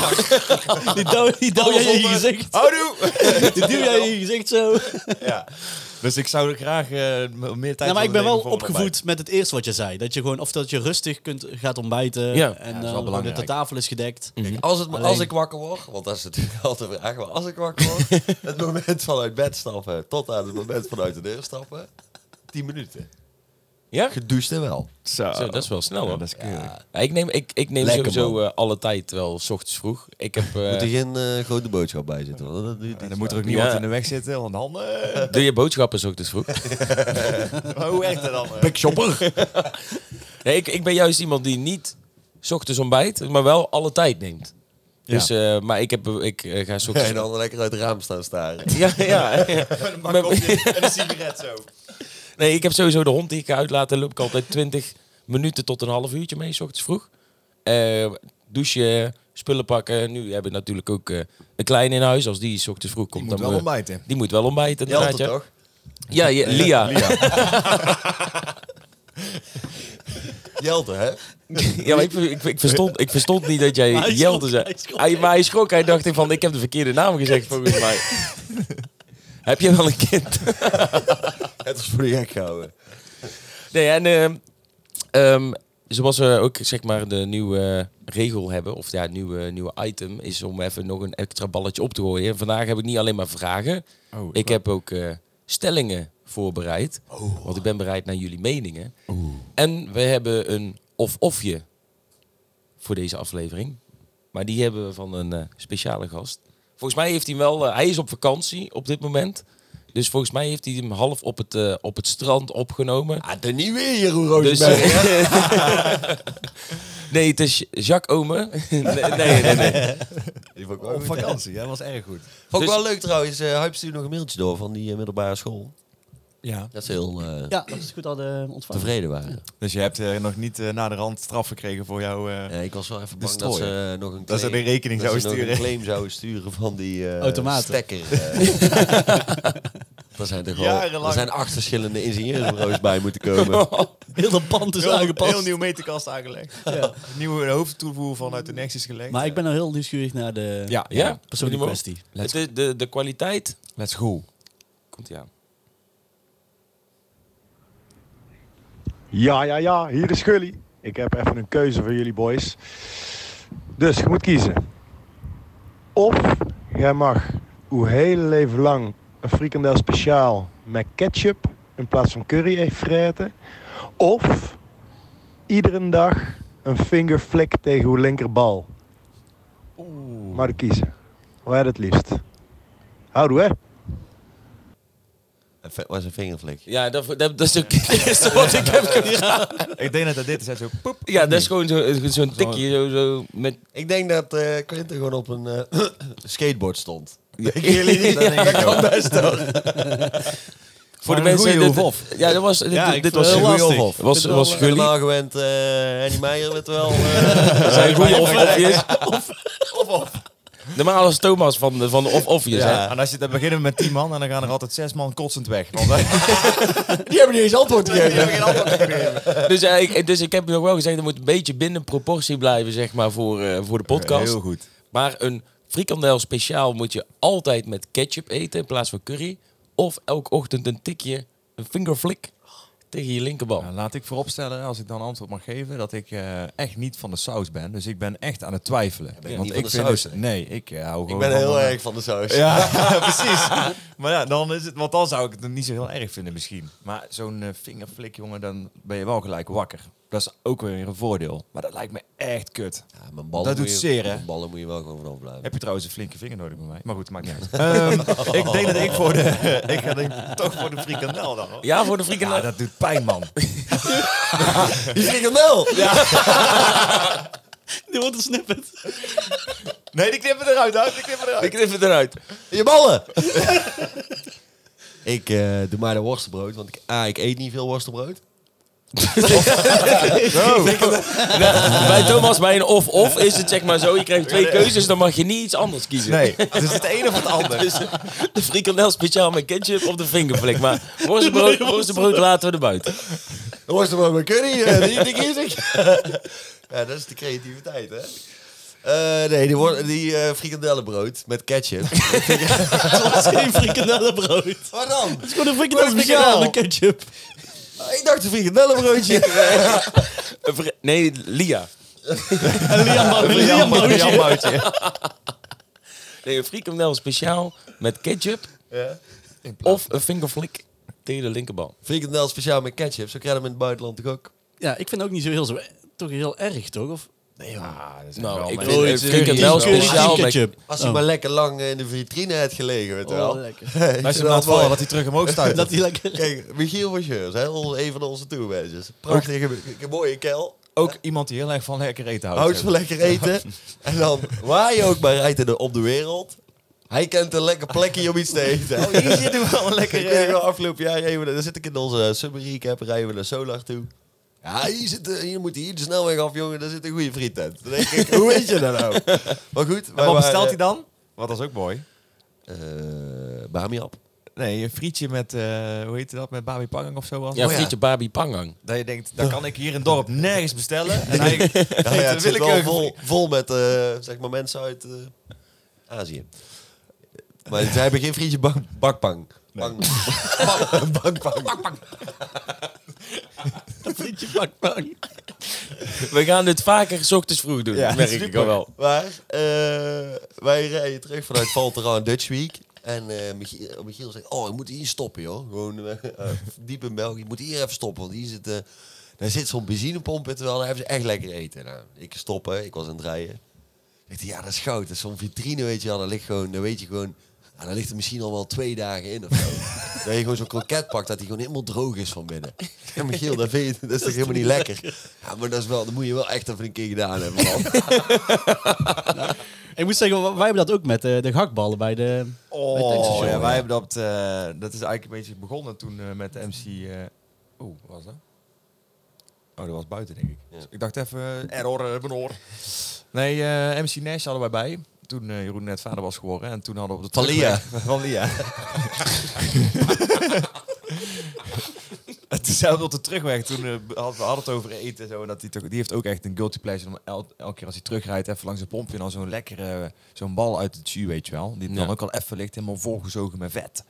E: Die duw die duw jij in je gezicht.
D: Houdoe!
E: Die duw jij in je gezicht zo.
D: Ja. Dus ik zou er graag uh, meer tijd
E: ja, maar ik ben wel opgevoed met het eerste wat je zei. Dat je gewoon, of dat je rustig kunt, gaat ontbijten.
B: Ja.
E: En
D: ja,
E: dat uh, de tafel is gedekt.
C: Kijk, als, het, als ik wakker word, want dat is natuurlijk altijd de vraag. Maar als ik wakker word, het moment van uit bed stappen tot aan het moment van uit de deur stappen, tien minuten.
B: Ja?
C: Gedoucht en wel.
B: Zo. Zo, dat is wel snel hoor.
D: Ja, dat is
C: ja.
B: Ja, ik neem, ik, ik neem
C: Lekker,
B: sowieso uh, alle tijd wel 's ochtends vroeg. Ik heb, uh,
C: moet er geen uh, grote boodschap bij zitten. Want dat duurt
D: en dan moet er ook niemand ja. in de weg zitten, want dan... Uh...
B: Doe je boodschappen 's ochtends vroeg?
D: Maar hoe werkt dat dan? Uh?
C: Big shopper.
B: Nee, ik, ik ben juist iemand die niet 's ochtends ontbijt, maar wel alle tijd neemt. Ja. Dus, uh, maar ik, heb, ik uh, ga 's ochtends...
C: En dan lekker uit het raam staan staren.
B: Ja, ja. ja.
D: Met een bak koffie en een sigaret zo.
B: Nee, ik heb sowieso de hond die ik ga uitlaten. Loop ik altijd twintig minuten tot een half uurtje mee, 's ochtends vroeg. Uh, douchen, spullen pakken. Nu heb ik natuurlijk ook uh, een kleine in huis. Als die 's ochtends vroeg komt,
D: die moet
B: dan
D: wel ontbijten.
B: Die moet wel ontbijten.
C: Jelte toch?
B: Ja, je, Lia.
C: Lia. Jelte, hè?
B: Ja, maar ik, ik, ik, verstond, ik verstond niet dat jij
E: maar
B: Jelte zei. Hij, maar hij schrok. Hij dacht van, ik heb de verkeerde naam gezegd volgens mij. Heb je wel een kind?
C: Het is voor de gek gehouden.
B: Nee, en uh, um, zoals we ook zeg maar de nieuwe regel hebben, of ja, het nieuwe, nieuwe item, is om even nog een extra balletje op te gooien. Vandaag heb ik niet alleen maar vragen. Oh, ik heb ook uh, stellingen voorbereid. Oh. Want ik ben bereid naar jullie meningen. Oh. En we hebben een of-ofje voor deze aflevering. Maar die hebben we van een uh, speciale gast. Volgens mij heeft hij wel... Uh, hij is op vakantie op dit moment. Dus volgens mij heeft hij hem half op het, uh, op het strand opgenomen.
C: Ah, dan niet weer Jeroen Roosberg.
B: Dus, uh, nee, het is Jacques Ome. nee, nee, nee. nee.
C: Die vond ik wel
D: op vakantie, dat was erg goed.
C: Vond ik
B: dus,
C: wel leuk trouwens. Uh, Hype stuurde nog een mailtje door van die uh, middelbare school.
D: Ja.
C: Dat ze heel uh,
E: ja, dat is goed hadden ontvangen.
C: tevreden waren. Ja.
D: Dus je hebt uh, nog niet uh, na de rand straf gekregen voor jou... Uh,
C: ja, ik was wel even bang
D: strooien.
C: dat ze uh, nog een claim,
D: dat ze de rekening zouden sturen.
C: nog een claim zouden sturen van die uh,
E: automaten.
C: Stekker. Uh, er zijn er gewoon, er zijn acht verschillende ingenieursbureaus bij moeten komen.
E: Heel de pand is
D: heel,
E: aangepast.
D: Heel nieuw meterkast aangelegd. Ja. Nieuwe hoofdtoevoer vanuit de Nexus gelegd.
E: Maar ik ben nou heel nieuwsgierig naar de
B: ja, ja.
E: persoonlijke kwestie.
B: De, de, de kwaliteit.
D: Let's go.
B: Komt ie aan.
F: Ja, ja, ja, hier is Gully. Ik heb even een keuze voor jullie boys. Dus je moet kiezen. Of jij mag uw hele leven lang een frikandel speciaal met ketchup in plaats van curry vreten. Of iedere dag een fingerflick tegen uw linkerbal. Oeh. Maar kiezen. Wat heb je het liefst? Houdoe, hè?
C: Wat is een vingerflik?
B: Ja, dat, dat, dat is ook het eerste wat ik heb gedaan.
D: Ik denk dat dat dit is, zo poep.
B: Ja, dat is gewoon zo'n zo tikje, zo, zo met...
C: Ik denk dat uh, Quinten gewoon op een uh, skateboard stond.
B: Ja,
C: ik jullie niet. Dat, dat kan best toch.
B: Voor de mensen...
D: Dit, of
B: ja, dat was, dit,
E: Ja,
B: dit
E: ik
B: was
E: heel
B: lastig.
C: of of.
B: Was, was Gulli.
C: Normaal gewend uh, Henny Meijer met wel... Uh,
B: Dat zijn goede of-ofjes.
C: of of.
B: Normaal als Thomas van de, van de of-ofjes.
D: ja. En als je dan beginnen met tien man en dan gaan er altijd zes man kotsend weg. Want,
C: die hebben niet eens antwoord gegeven.
D: Die hebben geen antwoord gegeven.
B: Dus, uh, ik, dus ik heb nog wel gezegd, dat moet een beetje binnen proportie blijven, zeg maar, voor, uh, voor de podcast.
D: Heel goed.
B: Maar een frikandel speciaal moet je altijd met ketchup eten in plaats van curry. Of elke ochtend een tikje, een fingerflick tegen je linkerbal.
D: Nou, laat ik vooropstellen, als ik dan antwoord mag geven, dat ik uh, echt niet van de saus ben. Dus ik ben echt aan het twijfelen.
C: Ben je
D: Want
C: niet
D: ik
C: van de
D: vind
C: saus,
D: het-
C: hè?
D: Nee, ik uh, hou
C: Ik
D: gewoon
C: ben
D: van
C: heel
D: de-
C: erg van de saus.
D: Ja, precies. Maar ja, dan is het, want dan zou ik het niet zo heel erg vinden misschien. Maar zo'n uh, vingerflik, jongen, dan ben je wel gelijk wakker. Dat is ook weer een voordeel. Maar dat lijkt me echt kut.
C: Ja, mijn ballen
D: Dat
C: moet
D: doet
C: je-
D: zeer, hè?
C: Mijn ballen moet je wel gewoon vanaf blijven.
D: Heb je trouwens een flinke vinger nodig bij mij? Maar goed, dat maakt niet uit. Ehm, ik denk dat ik voor de... ik ga denk, toch voor de frikandel dan. Hoor.
B: Ja, voor de frikandel.
D: Ja, dat doet pijn, man.
C: Die frikandel!
E: Die wordt een snippet.
D: Nee, die knippen eruit, hè? Die knippen eruit.
B: Ik knip het eruit.
C: Je ballen! ik uh, doe maar de worstenbrood, want ik, ah, ik eet niet veel worstenbrood.
B: Bij Thomas, bij een of-of is het zeg maar zo, je krijgt twee keuzes, dan mag je niet iets anders kiezen.
D: Nee, het is het ene of het andere.
B: Dus de frikandel speciaal met ketchup of de fingerflik. Maar worstenbrood, worstenbrood laten we er buiten.
C: De worstenbrood met curry, uh, die, die kies ik. Ja, dat is de creativiteit, hè? Uh, nee, die, wor- die uh, frikandellenbrood met ketchup.
E: Het was geen frikandellenbrood.
C: Wat dan?
E: Het is gewoon een frikandel
C: Wat is
E: speciaal
C: speciaal?
E: met ketchup.
C: Ik dacht een frikandellenbroodje.
B: Een fri- Nee, Lia.
E: En Liam, Liam,
D: Jan Moutje.
B: Nee, een frikandel speciaal met ketchup
C: Ja.
B: of een fingerflik tegen de linkerbal.
C: Frikandel speciaal met ketchup, zo krijgen we hem in het buitenland toch ook?
E: Ja, ik vind het ook niet zo heel, zo, toch heel erg, toch? Of,
D: Nee, joh. Ah, dat is
B: Nou,
D: wel
B: ik
D: mijn-
B: vind
E: Oh,
B: een
E: het is
B: frikandel
E: curry-
B: speciaal
E: curry
B: met...
E: ketchup.
C: Als hij
E: Oh.
C: maar lekker lang in de vitrine had gelegen, weet je wel.
E: Oh, lekker.
D: Maar je laat vallen dat hij terug omhoog stuit.
E: Dat hij lekker...
C: Kijk, Michiel Vacheurs, hè, een van onze tourmanagers. Prachtige, een mooie kel.
D: Ook iemand die heel erg van lekker eten houdt.
C: Houdt van lekker eten. En dan, waar je ook maar rijdt in de, op de wereld, hij kent een lekker plekje om iets te eten.
D: Oh, hier zit er wel een lekker...
C: Ik weet nog wel, afgelopen jaar even, dan zit ik in onze summer recap, rijden we naar Solar toe. Ja, hier, zit, eh, hier moet hij hier de snelweg af, jongen, daar zit een goede frietent. Dan denk ik, hoe weet je dat nou? Maar goed.
D: En wat bestelt hij dan? Wat was ook mooi.
C: Uh, Bamiap.
D: Nee, een frietje met, uh, hoe heet dat, met babi pangang of zo was.
B: Ja,
C: Oh, ja.
B: frietje Babi Pangang.
D: Dat je denkt, dat kan ik hier in het dorp nergens bestellen. En hij
C: Ja, ja, het
D: wil
C: zit
D: ik
C: wel
D: een
C: vol, vol met uh, zeg maar mensen uit uh, Azië. Maar ze hebben geen frietje bak, bakpang. Bang. Bang. Bakpang. Bakpang.
E: Een frietje bakpang.
B: We gaan dit vaker 's ochtends vroeg doen,
D: Ja,
B: merk ik
D: super.
B: al wel.
C: Maar uh, wij rijden terug vanuit Valteraan Dutch Week. En uh, Michiel, Michiel zegt, oh, je moet hier stoppen, joh. Gewoon uh, diep in België. Je moet hier even stoppen, want hier zit, uh, daar zit zo'n benzinepomp in. Terwijl daar hebben ze echt lekker eten. Nou, ik stoppen, ik was aan het rijden. Zegt hij, ja, dat is goud. Dat is zo'n vitrine, weet je wel. Daar ligt gewoon, daar weet je gewoon... Ja, daar ligt er misschien al wel twee dagen in of zo. Dat je gewoon zo'n kroket pakt, dat hij gewoon helemaal droog is van binnen. Ja, Michiel, dat, vind je, dat is toch helemaal niet lekker? Ja, maar dat, is wel, dat moet je wel echt even een keer gedaan hebben, man.
E: Ik moet zeggen, wij hebben dat ook met uh, de gehaktballen bij de... bij het
D: Oh,
E: tankstation.
D: ja, wij hebben dat, uh, dat is eigenlijk een beetje begonnen toen uh, met de M C... Uh, Oeh, wat was dat? Oh, dat was buiten, denk ik.
C: Ja.
D: Dus ik dacht even, uh, error, uh, benor. Nee, uh, M C Nash hadden wij bij. Toen uh, Jeroen net vader was geworden. En toen hadden we op de
C: Van Lia.
D: Van Lia. En toen zijn we op de terugweg. Toen uh, hadden we hadden het over eten. En zo, en dat die, toch, die heeft ook echt een guilty pleasure. Om el, elke keer als hij terugrijdt, even langs de pompje. En dan zo'n lekkere, zo'n bal uit het jus, weet je wel. Die
B: Ja.
D: dan ook al even ligt, helemaal volgezogen met vet.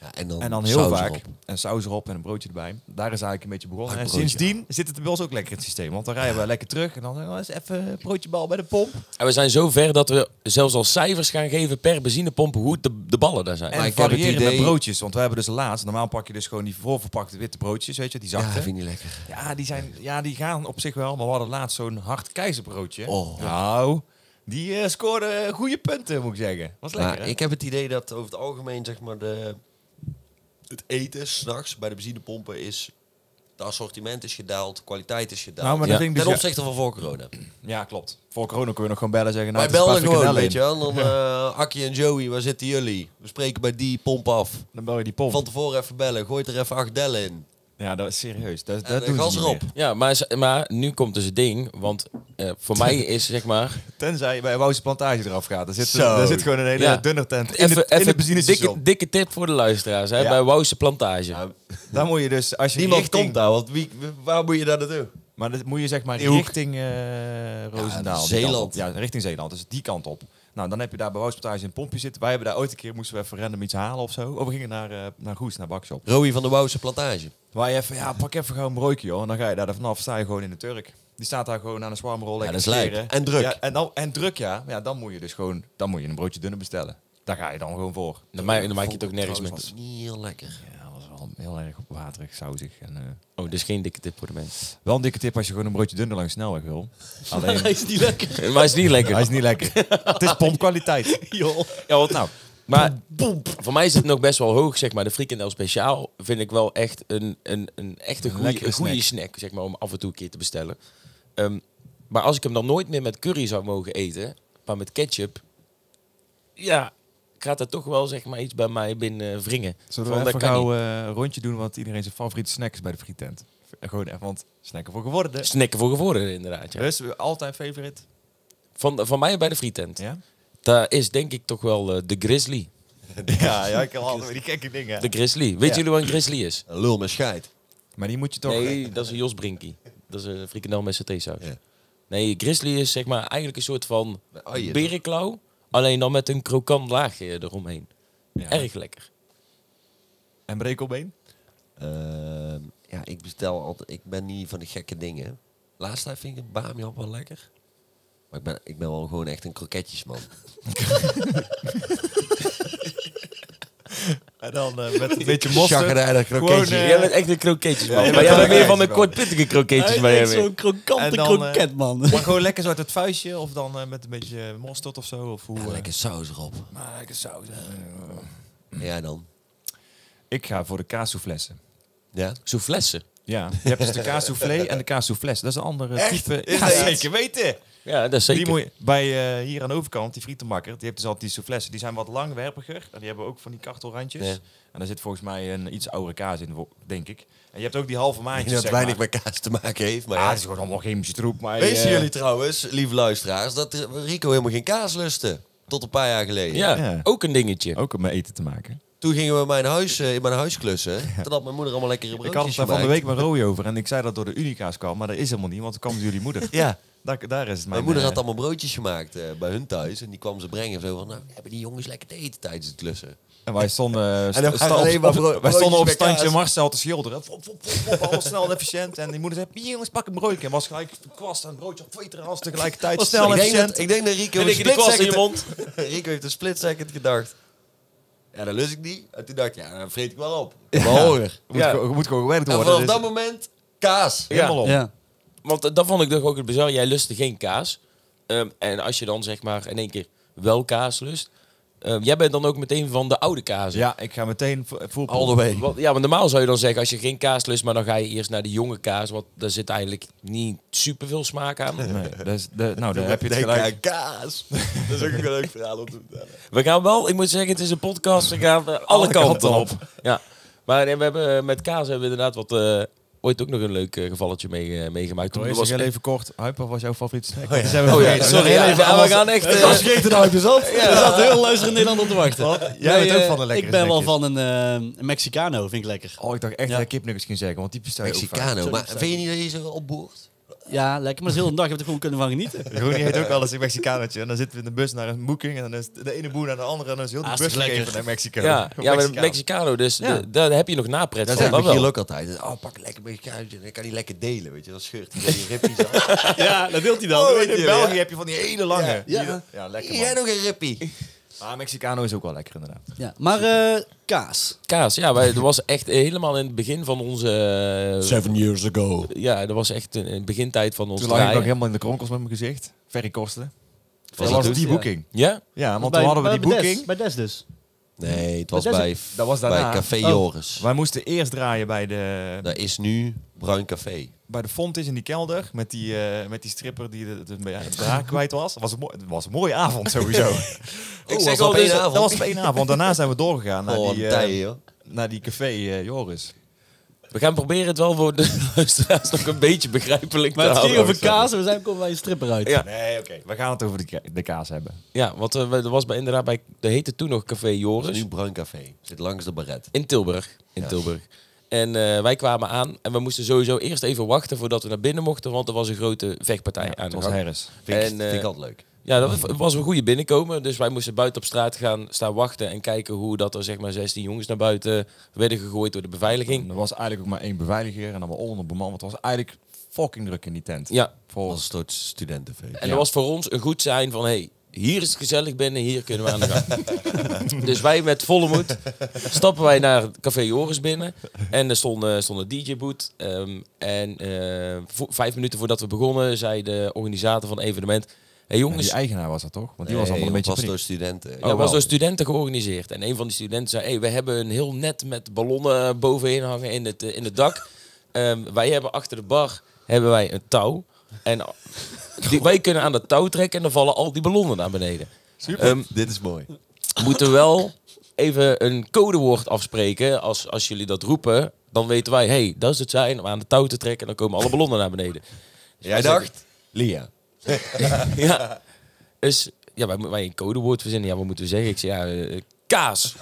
C: Ja, en dan,
D: En dan heel
C: saus
D: vaak
C: erop.
D: een saus erop en een broodje erbij. Daar is eigenlijk een beetje begonnen.
C: Ah,
D: En
C: broodje.
D: sindsdien zit het bij ons ook lekker in het systeem. Want dan rijden we lekker terug en dan oh, eens even een broodje bal bij de pomp.
B: En we zijn zo ver dat we zelfs al cijfers gaan geven per benzinepomp hoe de, de ballen daar zijn.
D: En
C: Maar ik heb het
D: variëren
C: idee-
D: met broodjes. Want we hebben dus laatst. Normaal pak je dus gewoon die voorverpakte witte broodjes, weet je, die
C: Ja,
D: zachte.
C: vind ik niet lekker.
D: Ja, die zijn, ja, die gaan op zich wel. Maar we hadden laatst zo'n hard keizerbroodje.
C: Oh.
D: Nou, die uh, scoorde goede punten, moet ik zeggen. Was lekker,
C: Maar
D: hè?
C: ik heb het idee dat over het algemeen zeg maar de, het eten s'nachts bij de benzinepompen is... Het assortiment is gedaald, kwaliteit is gedaald.
D: Nou, maar
B: Ja.
D: dat ding dus
C: Ten
D: ja-
C: opzichte van voor corona.
D: Ja, klopt. Voor corona kun je nog gewoon bellen en zeggen... Nou,
C: Wij
D: het is een
C: belden
D: paar
C: gewoon,
D: frikandellen
C: weet je
D: in.
C: wel. Dan uh, Akkie en Joey, waar zitten jullie? We spreken bij die pomp af.
D: Dan bel je die pomp.
C: Van tevoren even bellen, gooi er even acht dellen in.
D: Ja, dat is serieus. Dat,
C: En
D: dat
C: uh,
D: doen ze
C: gas
D: niet
C: erop.
D: meer.
B: Ja, maar, z- maar nu komt dus het ding. Want eh, voor mij is zeg maar...
D: Tenzij je bij Wouwse Plantage eraf gaat. Daar zit,
C: Zo.
D: daar zit gewoon een hele
B: Ja.
D: dunner tent in,
B: Even,
D: het, in
B: even
D: het benzinestation.
B: dikke, dikke tip voor de luisteraars. Hè,
D: Ja.
B: Bij Wouwse Plantage.
C: Ja,
D: Daar moet je dus, als je
C: niemand
D: richting...
C: komt daar, want wie, waar moet je daar naartoe?
D: Maar dat moet je zeg maar
C: Die hoek.
D: richting eh Roosendaal. die
C: Zeeland.
D: kant op. Ja, richting Zeeland. Dus die kant op. Nou, dan heb je daar bij Wouwse Plantage een pompje zitten. Wij hebben daar ooit een keer, moesten we even random iets halen of zo. Of we gingen naar, uh, naar Goes, naar Bakshop.
C: Rowie van de Wouwse Plantage.
D: Waar je even, ja, pak even gewoon een broodje, joh. En dan ga je daar vanaf, sta je gewoon in de Turk. Die staat daar gewoon aan een zwarmrol.
C: Ja,
D: lekker
C: dat is
D: te
C: lijp.
D: scheren.
C: En druk.
D: Ja, en, dan, en druk, ja. Maar ja, dan moet je dus gewoon, dan moet je een broodje dunner bestellen. Daar ga je dan gewoon voor.
B: Dan maak, dan maak je het ook nergens
C: Dat
B: mee.
C: was niet heel lekker.
D: Ja, dat was wel heel erg waterig, sausig. En, uh,
B: Oh, dus geen dikke tip voor de mensen.
D: wel een dikke tip als je gewoon een broodje dunner langs de snelweg wil. Alleen,
E: Hij is niet lekker.
B: Maar het is niet lekker.
D: hij is niet lekker. Het is pompkwaliteit.
E: Joh.
B: Ja, want,
D: Nou,
B: maar voor mij is het nog best wel hoog, zeg maar. De frikandel speciaal vind ik wel echt een, een, een, echt een,
D: Een
B: goede,
D: lekkere
B: een goede
D: snack.
B: snack, zeg maar, om af en toe een keer te bestellen. Ehm, maar als ik hem dan nooit meer met curry zou mogen eten, maar met ketchup, ja, gaat er toch wel, zeg maar, iets bij mij binnen wringen.
D: zullen
B: Van,
D: we
B: dat
D: even
B: kan
D: gauw
B: niet.
D: eh, een rondje doen wat iedereen zijn favoriete snack is bij de frietent. Gewoon even, want snacken voor geworden.
B: Snacken voor gevorderden, inderdaad. Ja.
D: Dus altijd favorite.
B: Van, van mij bij de frietent.
D: Ja?
B: Daar is denk ik toch wel eh, de grizzly.
D: Ja, ja, ik heb altijd weer die gekke dingen.
B: De grizzly. Weet
D: Ja.
B: jullie wat een grizzly is?
C: Een lul met scheid.
D: Maar die moet je toch...
B: Nee, dat is een Jos Brinkie. Dat is een frikandel met satésaus.
C: Ja.
B: Nee, grizzly is zeg maar eigenlijk een soort van
C: Oh, je-
B: berenklauw. Alleen dan met een krokant laagje eromheen.
D: Ja.
B: Erg lekker.
D: En brekelbeen?
C: Ehm, ja, ik bestel altijd. Ik ben niet van de gekke dingen. Laatst tijd vind ik het bamiap wel lekker. Maar ik ben, ik ben wel gewoon echt een kroketjesman.
D: En dan uh, met een beetje mosterd.
C: Chagrijnig kroketje.
D: Gewoon, eh,
B: Jij bent echt een kroketjes man.
D: Ja,
B: maar
D: ja,
B: jij bent
D: ja,
B: meer van de
D: ja,
B: kortpittige kroketjes.
E: Hij
B: Maar
E: is
B: jij
E: echt
B: bent-
E: zo'n krokante
D: En dan, eh,
E: kroket, man.
D: Maar gewoon lekker zo uit het vuistje. Of dan uh, met een beetje mosterd of zo. Of hoe,
C: Ja,
D: uh,
C: lekker saus erop.
D: Maar lekker saus.
C: En jij dan?
D: Ik ga voor de kaassoufflessen.
C: Ja?
B: Soufflessen.
D: Ja, je hebt dus de kaassoufflé en de kaassouffles. Dat is een andere
C: Echt?
D: type.
C: Is
D: Ja,
C: dat
D: zeker weten.
B: Ja, dat is zeker.
D: Die moet je, bij uh, hier aan de overkant, die frietenmakker, die heeft dus altijd die soufflessen. Die zijn wat langwerpiger. En die hebben ook van die kartelrandjes.
C: Ja.
D: En daar zit volgens mij een iets oudere kaas in, wo- denk ik. En je hebt ook die halve
C: Ik
D: maandjes,
C: denk dat
D: zeg
C: weinig
D: maar.
C: met kaas te maken heeft. Maar
D: Ah,
C: ja.
D: het is gewoon allemaal chemische troep. Maar
C: Weten
D: eh,
C: jullie trouwens, lieve luisteraars, dat Rico helemaal geen kaas lustte? Tot een paar jaar geleden.
B: Ja,
D: Ja.
B: ook een dingetje.
D: ook om met eten te maken.
C: Toen gingen we mijn huis, eh, in mijn huis klussen. Toen had mijn moeder allemaal lekkere
D: Ik
C: broodjes
D: had het daar van de
C: gemaakt.
D: week met Roy over. En ik zei dat door de Unica's kwam. Maar dat is helemaal niet, want toen kwam jullie moeder.
C: Ja,
D: Daar, daar is het
C: mijn moeder
D: eh,
C: had allemaal broodjes gemaakt eh, bij hun thuis. En die kwam ze brengen. Zo van, nou, hebben die jongens lekker te eten tijdens het klussen?
D: En wij stonden, sta-
C: dan waren
D: sta-
C: alleen maar
D: op-
C: bro-
D: wij stonden op
C: broodjes met
D: standje
C: kaas.
D: Marcel te schilderen. Fop, fop, fop, fop, alles snel en efficiënt. En die moeder zei, hier jongens, pak een broodje. En was gelijk kwast en een broodje op twee terras tegelijkertijd. Snel en
C: ik, denk
D: efficiënt.
C: dat, ik denk dat Rico
B: En
C: een
B: ik die kwast in je
C: split
B: mond.
C: second... Rico heeft een split second gedacht. Ja, dat lust ik niet. En toen dacht ik, ja, dan vreet ik wel op. Ik heb wel honger.
D: Je moet,
B: Ja.
D: gewoon- je moet gewoon gewerkt
C: En
D: worden.
C: vanaf
D: Dus
C: dat moment, kaas.
D: helemaal om.
E: Ja.
B: Want eh, dat vond ik toch ook het bizar. Jij lustte geen kaas. Ehm, en als je dan zeg maar in één keer wel kaas lust. ehm, jij bent dan ook meteen van de oude kaas.
D: Ja, ik ga meteen vo- full
C: All the way.
B: Want, ja, maar normaal zou je dan zeggen als je geen kaas lust, maar dan ga je eerst naar de jonge kaas. Want daar zit eigenlijk niet superveel smaak aan.
D: Nee, dat is de, nou, daar heb je het
C: Denk
D: gelijk.
C: aan kaas. Dat is ook een leuk verhaal om te vertellen.
B: We gaan wel, ik moet zeggen, het is een podcast. We gaan eh, alle, kanten, op. Ja. Maar nee, we hebben, eh, met kaas hebben we inderdaad wat, eh, ooit ook nog een leuk eh, gevalletje mee, eh, meegemaakt. Toen
D: Toen
B: was
D: was heel
B: echt-
D: even kort. Hyper was jouw favoriete snack.
C: Oh ja.
D: Die zijn we
B: Oh ja,
D: vergeten.
B: sorry.
D: Heel
B: Ja,
D: even
B: ja, we
D: alles-
B: gaan echt... eh,
C: Als gegeten nou zat.
E: Er zat heel luister in Nederland op te wachten.
D: Jij bent
E: Nee,
D: ook
E: eh,
D: van de lekkere
E: Ik ben wel
D: snackjes.
E: van een, eh, een Mexicano, vind ik lekker.
D: Oh, ik dacht echt
E: Ja.
D: dat ik kipnuggets ging zeggen, want die bestel je ook vaak.
C: Mexicano.
E: Sorry,
C: Maar
E: sorry.
C: vind je niet dat je ze opboert?
E: Ja, lekker. Maar de hele dag heb je er gewoon kunnen van genieten.
D: Ronnie heet ook wel eens een Mexicanootje. En dan zitten we in de bus naar een boeking. En dan is de ene boer naar de andere. En dan is heel de
E: Ah,
D: bus
E: is toch lekker?
D: gegeven naar Mexico.
B: Ja, ja, met
D: Mexicaan.
B: Mexicano, dus
D: Ja.
B: de- daar heb je nog napret
C: Dat
B: van.
C: zegt
B: Dat
C: Michiel
B: wel.
C: ook altijd. Oh, pak lekker een beetje kruidje. Dan kan hij lekker delen, weet je. Dan scheurt hij die rippies af.
E: Ja, dat deelt hij dan.
D: Oh,
E: Weet
D: in
E: je,
D: België
E: ja.
D: heb je van die hele lange.
C: Ja.
D: Die- ja lekker
C: Jij
D: man.
C: nog een rippie?
D: Ah, Mexicano is ook wel lekker inderdaad.
E: Ja, maar eh, kaas.
B: Kaas, ja, wij, dat was echt helemaal in het begin van onze... eh,
C: Seven years ago.
B: Ja, dat was echt in de begintijd van ons
D: Toen lag ik nog
B: draaien.
D: helemaal in de kronkels met mijn gezicht. Ferry kosten. Dat
C: dat
D: was
C: toen?
D: die
E: Ja.
D: boeking.
B: Ja?
D: Ja, want
E: bij,
D: toen hadden we
E: bij-
D: die
E: bij
D: boeking.
E: Des, bij Des dus.
C: Nee, het was
E: Dat is-
C: bij,
D: dat was
C: bij
D: daarna.
C: Café
E: Oh.
C: Joris.
D: Wij moesten eerst draaien bij de,
C: Daar is nu Bruin Café.
D: bij de Fontis in die kelder. Met die, eh, met die stripper die de, de, de, de haak kwijt was. Het was een, mooi, het was een mooie avond sowieso.
C: Ik
B: was
C: zeg
B: al
C: al
B: dus-
C: één
B: dat
C: avond.
D: Dat was op één avond. Daarna zijn we doorgegaan naar
C: Oh,
D: die,
C: een
D: eh,
C: tij, hoor.
D: naar die café eh, Joris.
B: We gaan proberen het wel voor de luisteraars nog een beetje begrijpelijk
E: Maar
B: te
E: het ging
B: houden.
E: over kaas en we zijn komen bij een stripper uit.
B: Ja.
D: Nee, oké. We gaan het over de, ka- de kaas hebben.
B: Ja, want uh, er was bij, inderdaad bij... Dat heette toen nog Café
C: Dat is
B: Joris.
C: nu Bruin Café. Zit langs de Barret.
B: In Tilburg. In
C: Ja.
B: Tilburg. En uh, wij kwamen aan en we moesten sowieso eerst even wachten voordat we naar binnen mochten, want er was een grote vechtpartij aan
D: Het
B: de
D: was
B: gang.
D: Harris.
C: Vind, ik,
B: En, eh,
C: vind ik altijd leuk.
B: Ja, dat was een goede binnenkomen. Dus wij moesten buiten op straat gaan staan wachten en kijken hoe dat er zeg maar zestien jongens naar buiten werden gegooid door de beveiliging.
D: Er was eigenlijk ook maar één beveiliger en dan wel onder beman. Want het was eigenlijk fucking druk in die tent.
B: Ja,
C: Dat
D: Voor,
C: was een soort studentenfeest.
B: en dat was voor ons een goed zijn van hey, hier is het gezellig binnen, hier kunnen we aan de gang. Dus wij met volle moed stappen wij naar het Café Joris binnen. En er stond, uh, stond een D J-boot. Um, en uh, vo- vijf minuten voordat we begonnen, zei de organisator van het evenement... Hey
D: Ja,
B: jongens,
D: die eigenaar was dat toch? Want die
C: Nee,
D: was allemaal een
C: het
D: beetje
C: was door
D: paniek.
C: studenten.
B: ja,
D: Oh,
B: was
D: wel.
B: door studenten georganiseerd. En een van die studenten zei, hey, we hebben een heel net met ballonnen bovenin hangen in het, uh, in het dak. Um, wij hebben achter de bar hebben wij een touw. En die, wij kunnen aan dat touw trekken en dan vallen al die ballonnen naar beneden.
C: Super.
B: Um,
C: Dit is mooi.
B: moeten wel even een codewoord afspreken. Als, als jullie dat roepen, dan weten wij, hey, dat is het zijn om aan de touw te trekken. En dan komen alle ballonnen naar beneden. Dus
C: Jij
B: wij
C: dacht? Lia.
B: zeggen- ja. Dus ja, wij, wij een codewoord verzinnen. Ja, wat moeten we zeggen? Ik zei, ja, eh, kaas.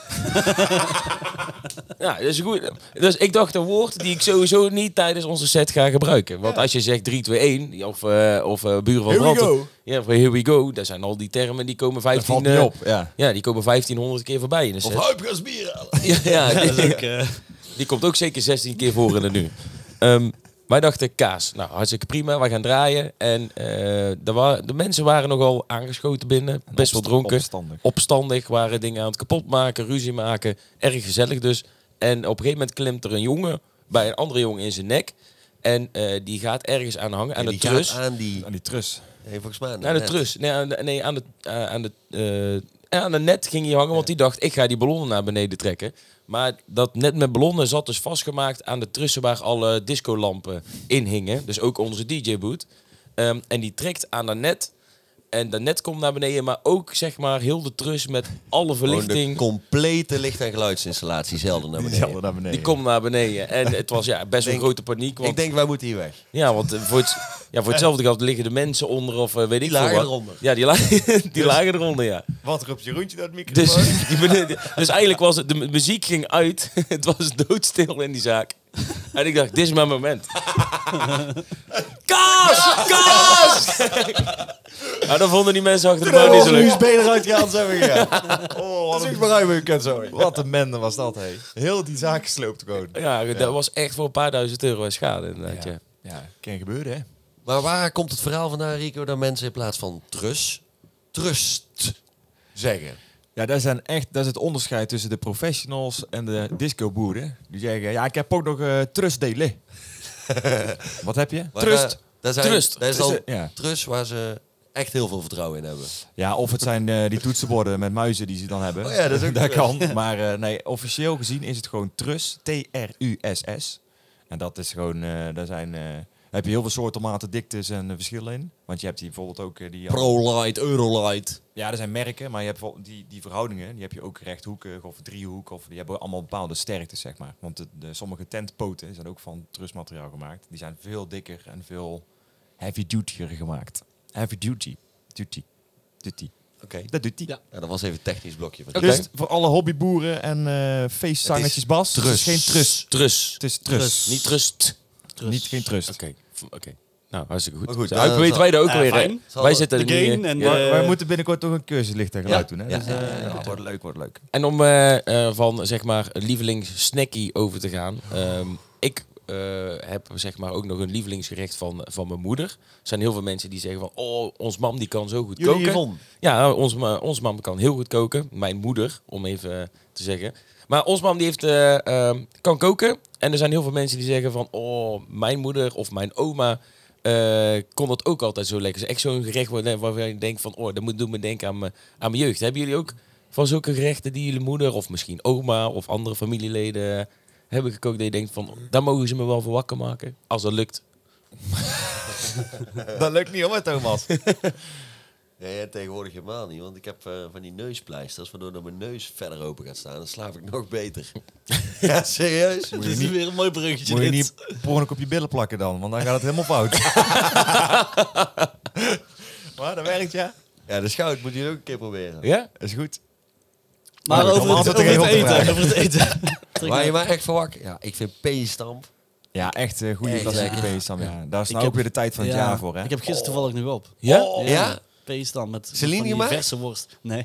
B: Ja, dat is goed. Dus ik dacht een woord die ik sowieso niet tijdens onze set ga gebruiken. Want als je zegt drie, twee, één, of, uh, of uh, buren van
D: Here we
B: Brand.
D: go.
B: Ja, of here we go. Dat zijn al die termen die komen
D: Dat
B: vijftien...
D: valt niet
B: eh,
D: op. Ja.
B: Ja, die komen vijftienhonderd keer voorbij in de set.
C: Of huipgas bier halen.
B: Ja, ja, die,
E: Dat is ook, eh,
B: die komt ook zeker zestien keer voor in het nu. Ehm, wij dachten kaas. Nou, hartstikke prima. Wij gaan draaien. En eh, er wa- de mensen waren nogal aangeschoten binnen. Best wel
D: Opst-
B: dronken.
D: opstandig.
B: Opstandig. Waren dingen aan het kapot maken. Ruzie maken. Erg gezellig dus. En op een gegeven moment klimt er een jongen bij een andere jongen in zijn nek. En eh, die gaat ergens aan hangen. Aan
C: En
B: de
C: die
B: trus.
C: gaat aan die...
D: Aan die trus.
C: Nee, volgens mij aan de
B: Aan de
C: net.
B: trus. Nee, aan de, nee, aan de, eh, aan de, eh, ja, aan de net ging hij hangen, want die dacht, ik ga die ballonnen naar beneden trekken. Maar dat net met ballonnen zat dus vastgemaakt aan de trussen waar alle discolampen in hingen. Dus ook onze D J-boot. Ehm, en die trekt aan dat net. En dat net komt naar beneden, maar ook zeg maar heel de trus met alle
C: Gewoon de
B: verlichting.
C: complete licht- en geluidsinstallatie zelden naar beneden.
D: Zelden naar beneden.
B: Die komt naar beneden. En het was ja, best wel
C: Denk-
B: grote paniek. Want,
C: Ik denk, wij moeten hier weg.
B: ja, want eh, voor, het, ja, voor hetzelfde geld liggen de mensen onder of eh, weet ik veel
C: lagen
B: wat.
C: eronder.
B: Ja, die, lagen, die lagen eronder, ja.
D: Wat roept Jeroentje dat
B: Dus,
D: microfoon?
B: die beneden- dus eigenlijk was het, de mu- muziek ging uit. Het was doodstil in die zaak. En ik dacht, dit is mijn moment. Kaas! Kaas! Maar dan vonden die mensen achter de bar niet zo leuk.
C: U S B eruit gehaald zijn we gegaan.
D: Oh, wat
C: Zeg
D: een,
C: maar uit met je kut zo.
D: wat een mende was dat, hé. Heel die zaak gesloopt gewoon.
B: Ja, dat was echt voor een paar duizend euro aan schade inderdaad, ja.
D: Ja, kan gebeuren, hè.
C: Maar waar komt het verhaal vandaan, Rico, dat mensen in plaats van trus, trust zeggen?
D: Ja, dat, zijn echt, dat is het onderscheid tussen de professionals en de discoboeren. Die zeggen, ja, ik heb ook nog uh, trustdelen. Wat heb je?
C: Maar
D: Trust.
C: daar- daar zijn,
B: Trust.
C: Dat is al
D: Trust, ja.
C: trust waar ze echt heel veel vertrouwen in hebben.
D: Ja, of het zijn uh, die toetsenborden met muizen die ze dan hebben.
C: Oh ja, dat is ook
D: dat
C: trust.
D: kan. Maar uh, nee, officieel gezien is het gewoon trus. T R U S S. En dat is gewoon, uh, daar zijn... Uh, daar heb je heel veel soorten, maten, diktes en uh, verschillen in. Want je hebt die bijvoorbeeld ook uh, die...
C: Pro-light, Eurolight.
D: Ja, er zijn merken, maar je hebt wel die, die verhoudingen, die heb je ook rechthoekig of driehoek, of die hebben allemaal bepaalde sterktes, zeg maar. Want de, de, sommige tentpoten zijn ook van trusmateriaal gemaakt. Die zijn veel dikker en veel heavy dutyer gemaakt. Heavy duty. Duty. Duty.
C: Oké.
D: Dat doet die.
E: Ja.
C: Ja, dat was even een technisch blokje. Van
B: Oké.
D: Dus voor alle hobbyboeren en uh, feestzangetjes Bas, het is
C: trus.
D: geen trus.
B: Trus.
D: Het is trus.
B: Niet trust.
E: Trust.
D: Niet geen trust.
B: Oké, v- oké. Nou, hartstikke goed.
C: Maar goed,
B: Zuip
C: uh,
B: weten wij er ook
E: uh,
B: weer, hè?
E: fijn.
C: Zal
B: Wij
C: het-
B: zitten
E: de
B: er niet
E: gain
B: in.
E: en
B: Ja.
E: de-
D: Wij moeten binnenkort toch een cursus licht en geluid
C: Ja.
D: doen. Hè?
C: Ja,
D: Dus,
C: ja,
D: eh,
C: ja, ja.
D: ja, wordt leuk, wordt leuk.
B: En om eh, eh, van, zeg maar, lievelingssnackie over te gaan. Ehm, ik eh, heb, zeg maar, ook nog een lievelingsgerecht van, van mijn moeder. Er zijn heel veel mensen die zeggen van... Oh, ons mam die kan zo goed
C: Jullie
B: koken.
C: Yvonne.
B: Ja, ons, ma- ons mam kan heel goed koken. Mijn moeder, om even eh, te zeggen. Maar ons mam die heeft, eh, ehm, kan koken. En er zijn heel veel mensen die zeggen van... Oh, mijn moeder of mijn oma eh, kon dat ook altijd zo lekker. Het is echt zo'n gerecht waar- waarvan je denkt van... Oh, dat moet doen me denken aan mijn, aan mijn jeugd. Hebben jullie ook van zulke gerechten die jullie moeder... of misschien oma of andere familieleden hebben gekookt... dat je denkt van... Daar mogen ze me wel voor wakker maken. Als dat lukt.
D: Dat lukt niet hoor, Thomas.
C: Ja, ja, tegenwoordig helemaal niet, want ik heb uh, van die neuspleisters, waardoor dat mijn neus verder open gaat staan. Dan slaap ik nog beter. Ja, serieus?
E: Dit is weer een mooi bruggetje.
D: Moet je
E: dit.
D: niet per ongeluk op je billen plakken dan, want dan gaat het helemaal fout. Maar dat werkt, ja.
C: Ja, de schout moet je ook een keer proberen.
B: Ja?
D: Is goed.
E: Maar
D: Maar
E: over
D: dan
E: het,
D: antwoord
E: over
D: er
E: het
D: even op
E: eten.
D: de
E: Over het eten.
C: Waar je mij echt voor wakker? Ja, ik vind peenstamp.
D: Ja, echt uh, goede
C: Echt
D: klassieke
C: lekker.
D: pees dan. Ja. Daar is
E: Ik
D: nou ook
E: heb-
D: weer de tijd van het
E: Ja,
D: jaar voor, hè?
E: Ik heb gisteren toevallig nog op.
B: Ja?
C: Oh, ja?
E: Pees dan met
C: Celine
E: van die
C: gemaakt?
E: verse worst. Nee.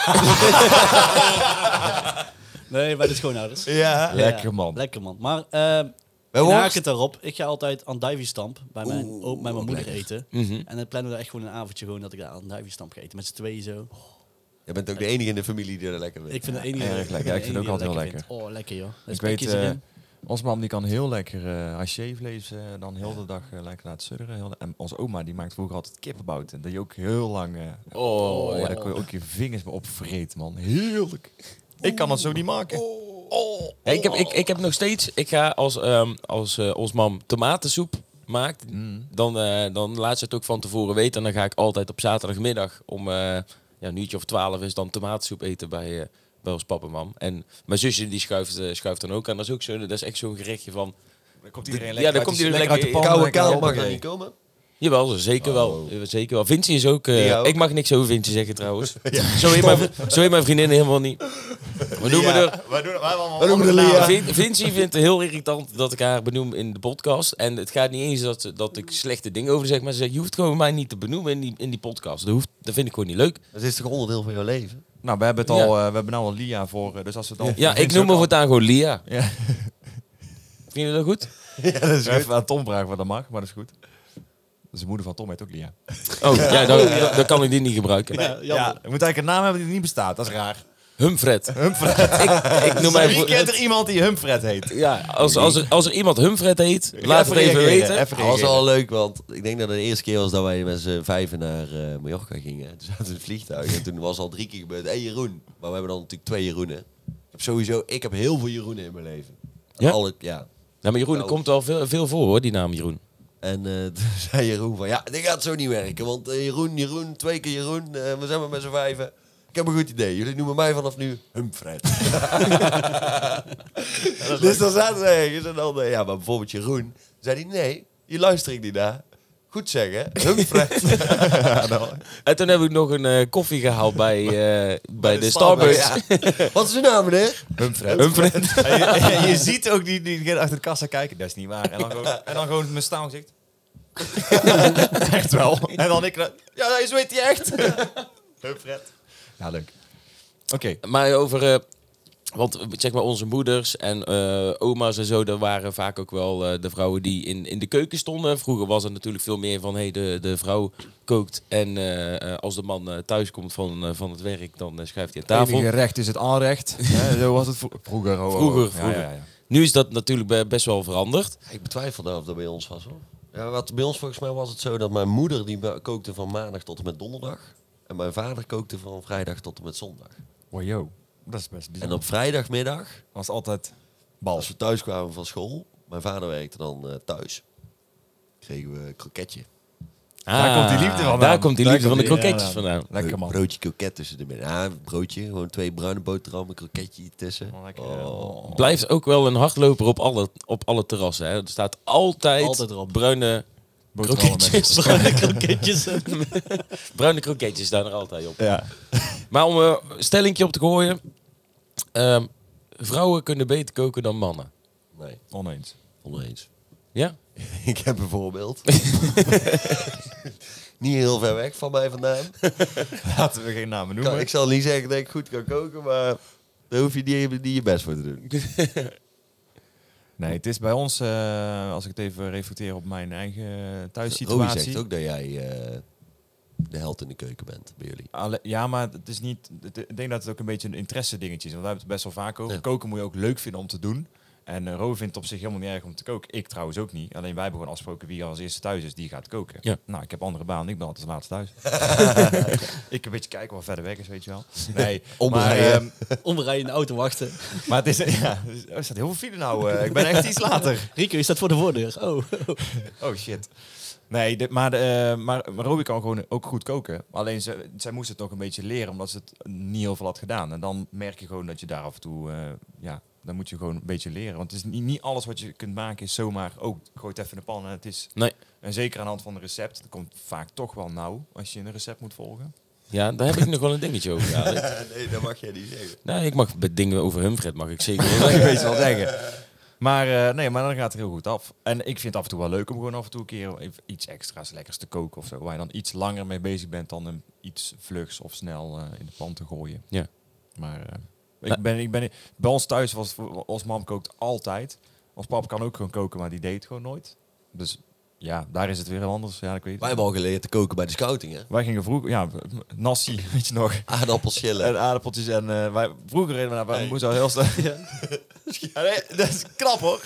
E: nee, bij de schoonouders.
D: Ja. Lekker
E: Ja,
D: man.
E: Lekker man. Maar uh,
C: Bij
E: ik
C: worst?
E: haak het daarop. Ik ga altijd aan duivenstamp bij mijn,
C: Oeh,
E: ook bij mijn moeder
C: lekker.
E: eten.
B: Mhm.
E: En dan plannen we echt gewoon een avondje gewoon dat ik daar aan duivenstamp ga eten. Met z'n tweeën zo.
C: Je bent ook de enige in de familie die er lekker vindt.
E: Ik vind het enige.
D: erg lekker. Ja, ik vind het ook altijd heel lekker.
E: Oh, lekker joh.
D: Ik weet, uh, ons mam die kan heel lekker uh, hachevlees uh, dan heel de dag uh, lekker laten sudderen. Heel de, en onze oma die maakt vroeger altijd kippenbouten. Dat je ook heel lang... Uh,
B: Oh,
D: oh,
B: ja.
D: daar kon je ook je vingers mee opvreten, man. Heerlijk. Ik kan dat zo niet maken.
B: Ja, ik, heb, ik, ik heb nog steeds, ik ga als, ehm, als uh, ons mam tomatensoep maakt,
D: Mm.
B: dan, uh, dan laat ze het ook van tevoren weten. En dan ga ik altijd op zaterdagmiddag om uh, ja, een uurtje of twaalf is dan tomatensoep eten bij, uh, bij ons papa en mam. En mijn zusje die schuift, uh, schuift dan ook aan. Dat is ook zo, dat is echt zo'n gerechtje van,
D: Dan komt iedereen
B: Ja,
D: lekker
B: dan
D: uit
B: komt
D: de-
B: iedereen
D: lekker uit de
B: lekker-
D: pan.
C: Koude
D: lekker
C: kaal
D: helpen.
C: mag er niet komen.
B: jawel, zeker wel. Zeker wel. Vinci is ook, uh,
C: Ja, ook.
B: ik mag niks over Vinci zeggen trouwens. Zo heet mijn, zo heet mijn vriendin helemaal niet. We noemen
D: Ja,
B: er...
D: wij doen, wij hebben allemaal
C: We noemen
D: andere
C: de Lia.
D: namen.
B: Vin- Vinci vindt het heel irritant dat ik haar benoem in de podcast. En het gaat niet eens dat, ze- dat ik slechte dingen over zeg. Maar ze zegt, je hoeft gewoon mij niet te benoemen in die, in die podcast. Dat, hoeft, dat vind ik gewoon niet leuk.
C: Dat is toch onderdeel van jouw leven?
D: Nou, we hebben het al,
B: Ja.
D: uh, we hebben nou al Lia voor, uh, dus als we dan...
B: Ja, ik noem me voortaan gewoon Lia.
D: Ja.
B: Vind je dat goed?
C: Ja, dat is
D: Even aan Tom vragen wat dat mag, maar dat is goed. Dus de moeder van Tom heet ook Lia.
B: Oh, ja, dan, dan, dan kan ik die niet gebruiken.
E: Ja, jammer.
D: Ja, je moet eigenlijk een naam hebben die niet bestaat, dat is raar.
B: Humfred.
D: Humfred.
B: Ik, ik noem mij
D: Wie
B: voor,
D: kent er iemand die Humfred heet?
B: ja, als, als, er, als er iemand Humfred heet, laat het even
D: reageren,
B: weten.
D: Even
C: Dat was
D: reageren.
C: wel leuk, want ik denk dat het de eerste keer was dat wij met z'n vijven naar uh, Mallorca gingen. Toen zaten we in het vliegtuig en toen was al drie keer gebeurd. Hé hey, Jeroen. Maar we hebben dan natuurlijk twee Jeroenen. Ik heb sowieso, ik heb heel veel Jeroenen in mijn leven.
B: Ja?
C: Alle, ja.
B: Nou, maar Jeroen, er komt wel veel, veel voor hoor, die naam Jeroen.
C: En uh, toen zei Jeroen van, ja, dit gaat zo niet werken. Want uh, Jeroen, Jeroen, twee keer Jeroen. Uh, we zijn maar met z'n vijven. Ik heb een goed idee. Jullie noemen mij vanaf nu Humfred. Dus dan zaten ze ergens en dan, uh, ja, maar bijvoorbeeld Jeroen. Zei hij, nee, hier luister ik niet naar. Goed zeggen, Humfred.
B: En toen heb ik nog een uh, koffie gehaald bij, uh, bij, bij de
C: Starbucks,
B: Starbucks.
C: ja. Wat is uw naam, meneer?
D: Humfred.
B: Humfred.
D: En je, en je ziet ook die, die die achter de kassa kijken, dat is niet waar. En dan gewoon, en dan gewoon mijn staan zegt. Echt wel. En dan ik, ja, zo weet hij echt. Humfred. Ja, leuk. Oké.
B: Maar over, uh, want zeg maar onze moeders en uh, oma's en zo, dat waren vaak ook wel uh, de vrouwen die in, in de keuken stonden. Vroeger was het natuurlijk veel meer van, hey, de, de vrouw kookt en uh, uh, als de man uh, thuis komt van, uh, van het werk, dan uh, schuift hij aan tafel.
D: Enige recht is het aanrecht. Hè, zo was het vro- vroeger. Oh, oh, oh.
B: Vroeger,
D: Ja,
B: vroeger.
D: ja, ja.
B: Nu is dat natuurlijk be- best wel veranderd.
C: Ik betwijfel daar of dat bij ons was, hoor. Ja, wat bij ons volgens mij was het zo dat mijn moeder die ba- kookte van maandag tot en met donderdag. En mijn vader kookte van vrijdag tot en met zondag.
D: Wow, yo. Dat is best
C: En
D: bijzonder.
C: op vrijdagmiddag,
D: was altijd bal.
C: als we thuis kwamen van school, mijn vader werkte dan uh, thuis, kregen we een kroketje.
D: Daar komt die liefde vandaan.
B: Daar komt die
D: Daar
B: liefde van de
D: komt die-
B: kroketjes
D: ja,
B: vandaan.
D: Lekker man.
C: Broodje kroket tussen de midden. Ja, broodje, gewoon twee bruine boterhammen, kroketje tussen.
D: Oh, lekker.
C: Oh.
B: Blijft ook wel een hardloper op alle, op alle terrassen. Hè. Er staat altijd,
E: Altijd erop.
B: bruine
D: Boterhammen met-
B: kroketjes.
E: Bruine kroketjes.
B: Bruine kroketjes staan er altijd op.
D: Ja.
B: Maar om een stellingje op te gooien. ehm, vrouwen kunnen beter koken dan mannen.
C: Nee,
D: Oneens.
C: oneens.
B: Ja?
C: Ik heb bijvoorbeeld... niet heel ver weg van mij vandaan.
D: Laten we geen namen noemen.
C: Kan, ik zal niet zeggen dat ik goed kan koken, maar daar hoef je niet, niet je best voor te doen.
D: Nee, het is bij ons, uh, als ik het even reflecteer op mijn eigen
C: Roy
D: thuissituatie.
C: zegt ook dat jij uh, de held in de keuken bent bij jullie.
D: Alle, ja, maar het is niet. Het, ik denk dat het ook een beetje een interesse dingetje is. Want wij hebben het best wel vaak over.
C: Ja.
D: Koken moet je ook leuk vinden om te doen. En uh, Ro vindt het op zich helemaal niet erg om te koken. Ik trouwens ook niet. Alleen wij hebben gewoon afgesproken wie als eerste thuis is, die gaat koken.
B: Ja.
D: Nou, ik heb andere baan. Ik ben altijd als laatste thuis. Ik een beetje kijken wat verder weg is, weet je wel. Nee,
C: Omrijden.
D: Maar, um,
E: Omrijden in de auto wachten.
D: maar het is, ja, er staat heel veel file nou. Uh, ik ben echt iets later.
E: Rico, je staat voor de voordeur. Oh.
D: Oh shit. Nee, de, maar, de, uh, maar, maar Roby kan gewoon ook goed koken. Alleen ze, zij moest het nog een beetje leren, omdat ze het niet heel veel had gedaan. En dan merk je gewoon dat je daar af en toe, uh, ja, dan moet je gewoon een beetje leren. Want het is niet, niet alles wat je kunt maken is zomaar, oh, gooi het even in de pan en het is...
B: Nee.
D: En zeker aan de hand van een recept, dat komt vaak toch wel nauw als je een recept moet volgen.
B: Ja, daar heb ik nog wel een dingetje over. Ja,
C: Nee, dat mag jij niet zeggen.
B: nou, ik mag bij dingen over Humfred mag ik zeker wel
D: Ik
B: zeggen.
D: weet je wel zeggen. Maar, uh, nee, maar dan gaat het heel goed af. En ik vind het af en toe wel leuk om gewoon af en toe een keer even iets extra's lekkers te koken of zo. Waar je dan iets langer mee bezig bent dan een iets vlugs of snel uh, in de pan te gooien.
B: Ja.
D: Maar uh, ik ben, ik ben, bij ons thuis was ons mam kookt altijd. Ons pap kan ook gewoon koken, maar die deed het gewoon nooit. Dus ja, daar is het weer heel anders. Ja, ik weet het.
C: Wij hebben al geleerd te koken bij de scouting, hè?
D: Wij gingen vroeger, ja, nasi, weet je nog.
C: Aardappels schillen.
D: En aardappeltjes en uh, wij, vroeger reden we naar, wij
C: Nee.
D: moesten al heel snel. Ja. Ja, nee, dat is knap hoor.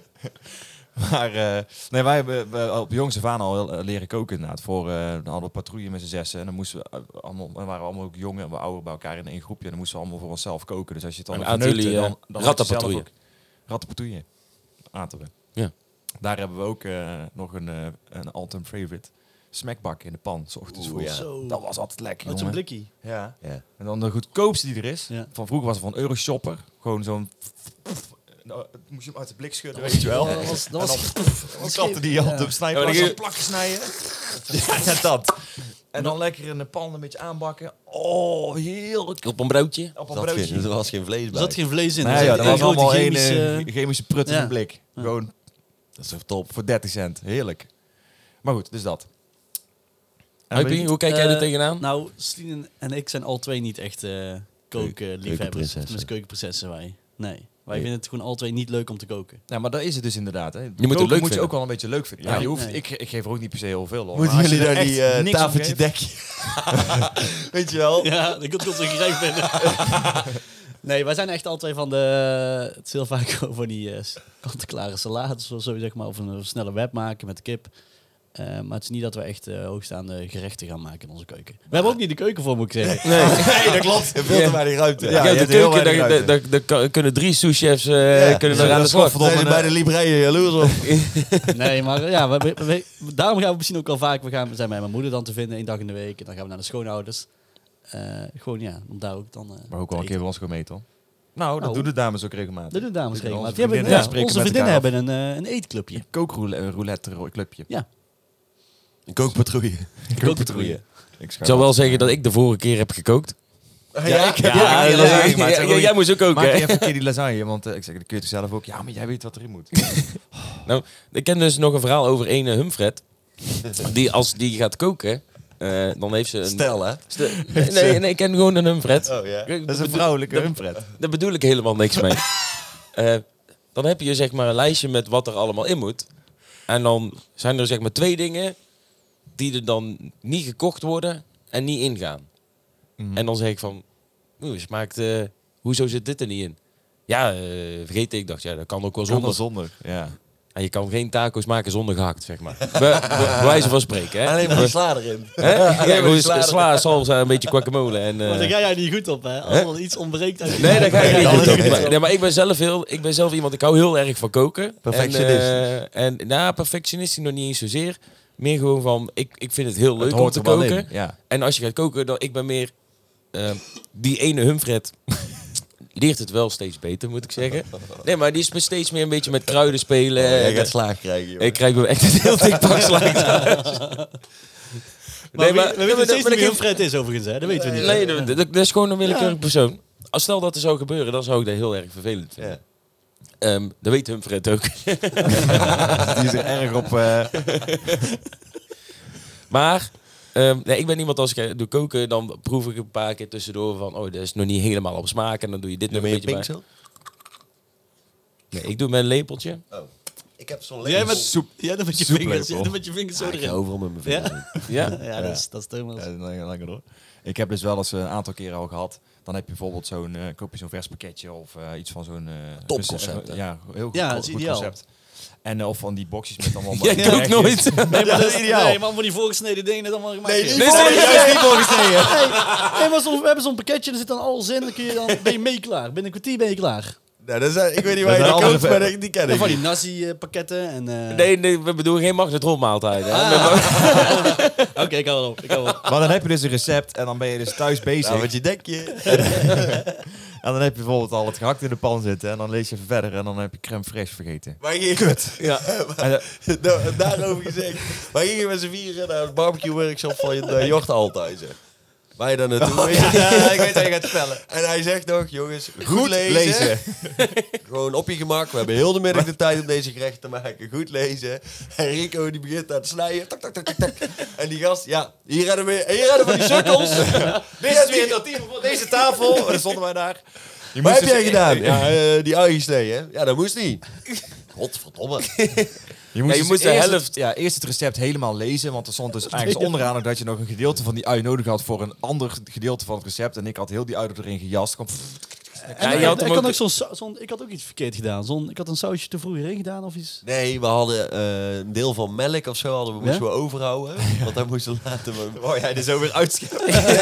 D: Maar uh, nee, wij hebben we, op jongs af aan al heel, uh, leren koken inderdaad. Voor, uh, dan hadden we patrouille met z'n zessen en dan moesten we uh, allemaal, dan waren we allemaal ook jong en we ouder bij elkaar in één groepje. En dan moesten we allemaal voor onszelf koken. Dus als je het dan
B: En
D: even
B: aten
D: neukte,
B: jullie, uh,
D: dan, dan had je zelf
B: rattenpatrouille?
D: ook- Rattenpatrouille. Aten we.
B: Ja.
D: Daar hebben we ook uh, nog een, uh, een all-time favorite. Smackbak in de pan, 's ochtends
C: Oeh,
D: vroeg.
C: ja.
E: Zo.
D: Dat was altijd lekker,
E: Met zo'n
D: jongen.
E: blikkie.
D: Ja.
C: Ja.
D: En dan de goedkoopste die er is.
E: Ja.
D: Van vroeger was het van Euroshopper. Gewoon zo'n... Nou, moest je hem uit de blik schudden, weet je wel.
E: Ja, dat was- dat
D: En
E: was-
D: dan,
E: dat
D: dan
E: was
D: klapte
E: geen-
D: die
E: ja.
D: hand op snijden.
B: Ja, maar
D: Ja,
B: dan
D: zo'n plakken snijden. Ja, ja, dat. En dan lekker in de pan een beetje aanbakken. Oh, heerlijk.
B: Op een broodje.
D: Op
C: Er
D: een
C: zat
D: broodje.
C: geen- er was geen vlees
E: Er
C: bij.
E: zat geen vlees in.
D: Nee,
E: Er
D: ja,
E: zat
D: dat
E: een
D: was
E: grote
D: allemaal een
E: chemische-
D: uh, chemische prut in
E: Ja.
D: een blik.
E: Ja.
D: Gewoon
C: Dat is toch top.
D: voor dertig cent. Heerlijk. Maar goed, dus dat. En
B: Huipie,
D: weet je-
B: hoe kijk jij er
E: Eh,
B: tegenaan?
E: Nou, Slien en ik zijn al twee niet echt uh, koken-liefhebbers.
C: Keukenprinsessen.
E: Tenminste, keukenprinsessen wij. Nee. Wij
C: Nee.
E: vinden het gewoon al twee niet leuk om te koken.
D: Ja, maar dat is het dus inderdaad. Hè.
B: het
D: Koken
B: leuk
D: moet je
B: vinden.
D: ook wel een beetje leuk vinden. Ja,
E: Ja,
D: je hoeft,
E: nee.
D: ik, ik geef er ook niet per se heel veel om.
C: Moeten
D: maar als
C: jullie
D: je er
C: daar die
D: echt
C: uh,
D: niks om
C: tafeltje
D: geeft-
C: dekje? Weet je wel?
E: Ja, dat komt tot een grijp binnen. Nee, wij zijn echt al twee van de... Het is heel vaak over die uh, kant-en-klare salades of zo, zeg maar. Of een, een snelle wrap maken met kip. Uh, maar het is niet dat we echt uh, hoogstaande gerechten gaan maken in onze keuken. We hebben ook niet de keuken voor, moet ik zeggen.
B: Nee.
C: Nee, dat klopt. Veel te
B: Ja.
C: weinig ruimte.
D: Ja,
B: Ja,
D: je
B: de
D: hebt heel
B: keuken,
D: weinig
B: daar,
D: ruimte.
B: daar, daar, daar kunnen drie sous-chefs uh,
C: Ja.
B: kunnen
C: Ja,
B: er aan de
C: dat
B: slag.
C: Zijn er bij de Libreien jaloers op?
E: Nee, maar uh, ja, we, we, we- daarom gaan we misschien ook wel vaak... We, gaan, we zijn bij mijn moeder dan te vinden, één dag in de week. En dan gaan we naar de schoonouders. Uh, gewoon ja, om daar ook dan... Uh,
D: Maar ook
E: te
D: wel een keer
E: eten.
D: bij ons gemeten, hoor. Nou, dat
E: Nou.
D: doen de dames ook regelmatig.
E: Dat doen de dames
D: Onze
E: regelmatig. Die hebben,
D: vriendinnen
E: ja,
D: spreken
E: onze
D: met
E: vriendinnen
D: elkaar
E: hebben een, uh, een eetclubje.
D: Een kookroulette clubje.
C: Een kookpatrouille.
E: Kookpatrouille.
D: Ik
B: Ik zal wel zeggen dat ik de vorige keer heb gekookt.
C: Ja,
D: ik heb
B: Ja,
D: ook een keer
B: ja,
D: lasagne gemaakt.
B: ja,
D: Zeg,
B: ja,
D: oh,
B: jij moest ook ook,
D: Maak
B: hè?
D: je even een keer die lasagne, want uh, ik zeg, dat kun je toch zelf ook. Ja, maar jij weet wat erin moet.
B: Nou, ik ken dus nog een verhaal over ene Humfred. Die als die gaat koken, uh, dan heeft ze een...
C: Stel, hè?
B: Stel- nee, nee, ik ken gewoon een Humfred.
C: Oh ja.
B: Ik
D: Dat is een
B: bedoel-
D: vrouwelijke
B: dat-
D: humpret.
B: Daar bedoel ik helemaal niks mee. Uh, dan heb je zeg maar een lijstje met wat er allemaal in moet. En dan zijn er zeg maar twee dingen die er dan niet gekocht worden en niet ingaan.
D: Mhm.
B: En dan zeg ik van, oeh, smaakt, uh, hoezo zit dit er niet in? Ja, uh, vergeet ik. dacht, ja, dat kan ook wel zonder.
D: Zonder, zonder. Ja.
B: En je kan geen taco's maken zonder gehakt, zeg maar. Be, be, bij wijze van spreken, hè?
C: Alleen maar die sla erin.
B: Hè? Ja,
C: maar
B: gewoon
C: die sla-
B: sla, salsa, een beetje guacamole. En, uh,
E: Maar daar ga jij niet goed op, hè? Als er iets ontbreekt uit
B: nee, daar ga ik niet
E: Ja,
B: goed
E: dat
B: op.
E: is
B: Maar,
E: niet
B: nee, maar ik ben zelf heel, ik ben zelf iemand, ik hou heel erg van koken.
C: Perfectionistisch.
B: En, uh, en nou, perfectionistisch nog niet eens zozeer. Meer gewoon van, ik, ik vind het heel leuk
D: Het
B: om
D: hoort
B: te
D: er wel
B: koken.
D: in. Ja.
B: En als je gaat koken, dan ik ben meer uh, die ene Humfred. Leert het wel steeds beter, moet ik zeggen. Nee, maar die is me steeds meer een beetje met kruiden spelen.
C: Oh, jij
B: En,
C: gaat
B: uh,
C: slaag krijgen, joh.
B: ik krijg me echt een heel dik pak slaag thuis.
E: Maar, we, we weten
B: maar-
E: steeds
B: maar
E: niet wie
B: ik-
E: een Fred is, overigens, hè? Dat weten we niet.
B: Nee, dat, dat- dat is gewoon een willekeurig persoon. Als stel dat er zou gebeuren, dan zou ik dat heel erg vervelend vinden.
C: Ja.
B: Um, dat weet Humfred ook.
D: Die is er erg op... Uh...
B: maar... Um, nee, ik ben iemand als ik doe koken, dan proef ik een paar keer tussendoor van, oh, dat is nog niet helemaal op smaak en dan doe je dit nog een beetje bij.
C: Zo?
B: Nee, ik doe met een lepeltje.
C: Oh. Ik heb zo'n
E: Jij
C: lepel.
E: met,
D: soep-
E: jij doet met je
D: soeplepel.
E: vingers, jij doet met je vingers zo
C: Ja, ik ga
E: erin.
C: overal met mijn
E: Ja?
C: vingers.
B: Ja?
E: Ja, dat is, dat is Thomas.
D: Ja, lekker, lekker door. Ik heb dus wel eens een aantal keren al gehad. Dan heb je bijvoorbeeld zo'n, uh, koop je zo'n vers pakketje of uh, iets van zo'n... Uh,
C: Topconcept, hè?
D: Ja, heel goed,
E: Ja,
D: goed,
E: dat is
D: goed
E: ideaal.
D: concept. En uh, of van die boxjes met allemaal...
B: Jij
D: gerechtjes.
B: kookt nooit.
E: Nee, maar dat is
D: ideaal.
E: Nee, man, voor die voorgesneden dingen dat dan maar gemaakt
C: Nee,
E: is.
C: die-
B: Nee,
C: Oh,
B: serieus?
C: juist niet
D: voorgesneden.
E: Nee, nee, maar soms, we hebben zo'n pakketje en er zit dan alles in. Dan kun je dan, ben je mee klaar. Binnen een kwartier ben je klaar.
C: Nou, dat is, ik weet niet
D: Dat
C: waar je
D: zijn
C: die
D: andere
C: koopt, maar die ken
E: En
C: ik
E: van
C: niet.
E: die nasi-pakketten en... eh,
B: Nee, nee, we bedoelen geen magnetronmaaltijd. Hè?
E: Oké, okay, ik hou wel op. Ik hou wel op.
D: Maar dan heb je dus een recept en dan ben je dus thuis bezig.
C: Nou, wat je denk je?
D: En dan heb je bijvoorbeeld al het gehakt in de pan zitten. En dan lees je even verder en dan heb je crème fraîche vergeten.
C: Waar ging Kut.
B: Ja.
D: En, uh,
C: Da- Daarover gezegd. Wij gingen met z'n vieren naar het barbecue workshop van uh, Jort Althuizen. Wij daar naartoe. Ja, ik weet dat je gaat vertellen. En hij zegt nog, jongens, goed,
D: goed
C: lezen.
D: lezen.
C: Gewoon op je gemak. We hebben heel de middag de tijd om deze gerechten te maken. Goed lezen. En Rico die begint aan het snijden. Tak, tak, tak, tak, tak. En die gast, ja, hier redden we, hier redden we die sukkels.
D: Dit is weer dat team voor deze tafel. En dan stonden wij daar. Je
C: Wat
D: moest
C: heb jij
D: dus-
C: gedaan? Ja, uh, die ui gesneden, hè? Ja, dat moest niet. Godverdomme.
D: Je moest,
B: Ja, je
D: dus
B: moest de
D: eerst
B: helft-
D: Het, ja, eerst het recept helemaal lezen, want er stond dus ergens onderaan ook dat je nog een gedeelte van die ui nodig had voor een ander gedeelte van het recept. En ik had heel die ui erin gejast. Kom, pff,
E: En
B: Ja,
E: ik,
B: je had
E: ik,
B: hem
E: had
B: ook-
E: ook zo'n, sa- zo'n, ik had ook iets verkeerd gedaan. Zo'n, ik had een sausje te vroeg erin gedaan of iets.
C: Nee, we hadden uh, een deel van melk of zo hadden we, moesten
E: Ja?
C: we overhouden. Want hij moest laten we...
D: oh ja, er zo weer uitscheppen.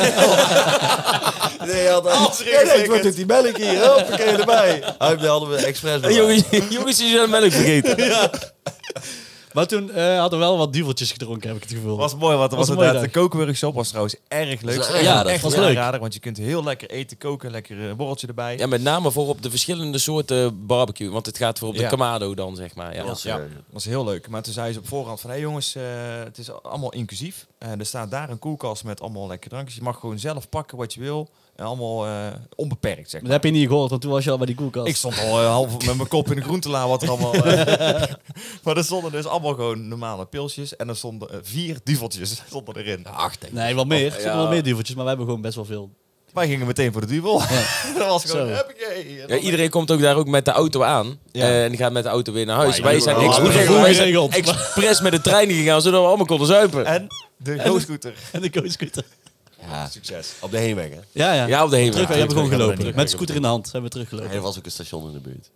C: Nee, hij had
D: Alles erin
C: Ja, nee,
D: geflikkerd.
C: wat doet die melk hier? Hoppakee, erbij. Hij hadden we expres
B: Hey, jongens, jongens, die zijn melk vergeten.
E: Maar toen uh, hadden we wel wat duveltjes gedronken, heb ik het gevoel.
D: was mooi, want er
E: Was
D: was
E: een mooie
D: inderdaad de kookworkshop was trouwens erg leuk.
C: Dat is een
D: Echt-
C: aanrader.
D: echt
E: Was
D: een
E: leuk.
D: aanrader, want je kunt heel lekker eten, koken, lekker een borreltje erbij.
B: Ja, met name voor op de verschillende soorten barbecue. Want het gaat voor op de
D: Ja.
B: Kamado dan, zeg maar. Ja.
C: Was,
D: Ja,
C: eh,
D: dat was heel leuk. Maar toen zei ze op voorhand van, hé hey jongens, eh, het is allemaal inclusief. En er staat daar een koelkast met allemaal lekkere drankjes. Je mag gewoon zelf pakken wat je wil. En allemaal eh, onbeperkt, zeg
E: Dat
D: maar.
E: heb je niet gehoord, want toen was je al bij die koelkast.
D: Ik stond al eh, half met mijn kop in de groentela wat er allemaal... eh, maar er stonden dus allemaal gewoon normale pilsjes. En er stonden eh, vier duveltjes stonden erin.
C: Acht, denk ik.
E: Nee, wel meer. Er
B: Ja.
E: zitten wel meer duveltjes, maar we hebben gewoon best wel veel.
D: Wij gingen meteen voor de duvel. dat was gewoon,
E: Zo.
D: huppakee. En
B: Ja,
D: dan-
B: iedereen komt ook daar ook met de auto aan.
D: Ja.
B: Eh, en die gaat met de auto weer naar huis.
C: Ja,
B: wij
C: je
B: zijn,
C: doet wel
B: expres,
C: alles.
B: wij zijn
E: Geregeld.
B: expres met de trein gegaan, zodat we allemaal konden zuipen.
D: En de go-scooter.
E: En de co-scooter.
C: Ja,
D: Succes.
C: op de heenweg, hè?
E: Ja, ja.
B: Ja, op de heenweg.
E: Terug, we hebben gewoon
D: Terug,
E: gelopen.
D: terug,
E: Met scooter in de hand hebben we teruggelopen.
C: Er was ook een station in de buurt.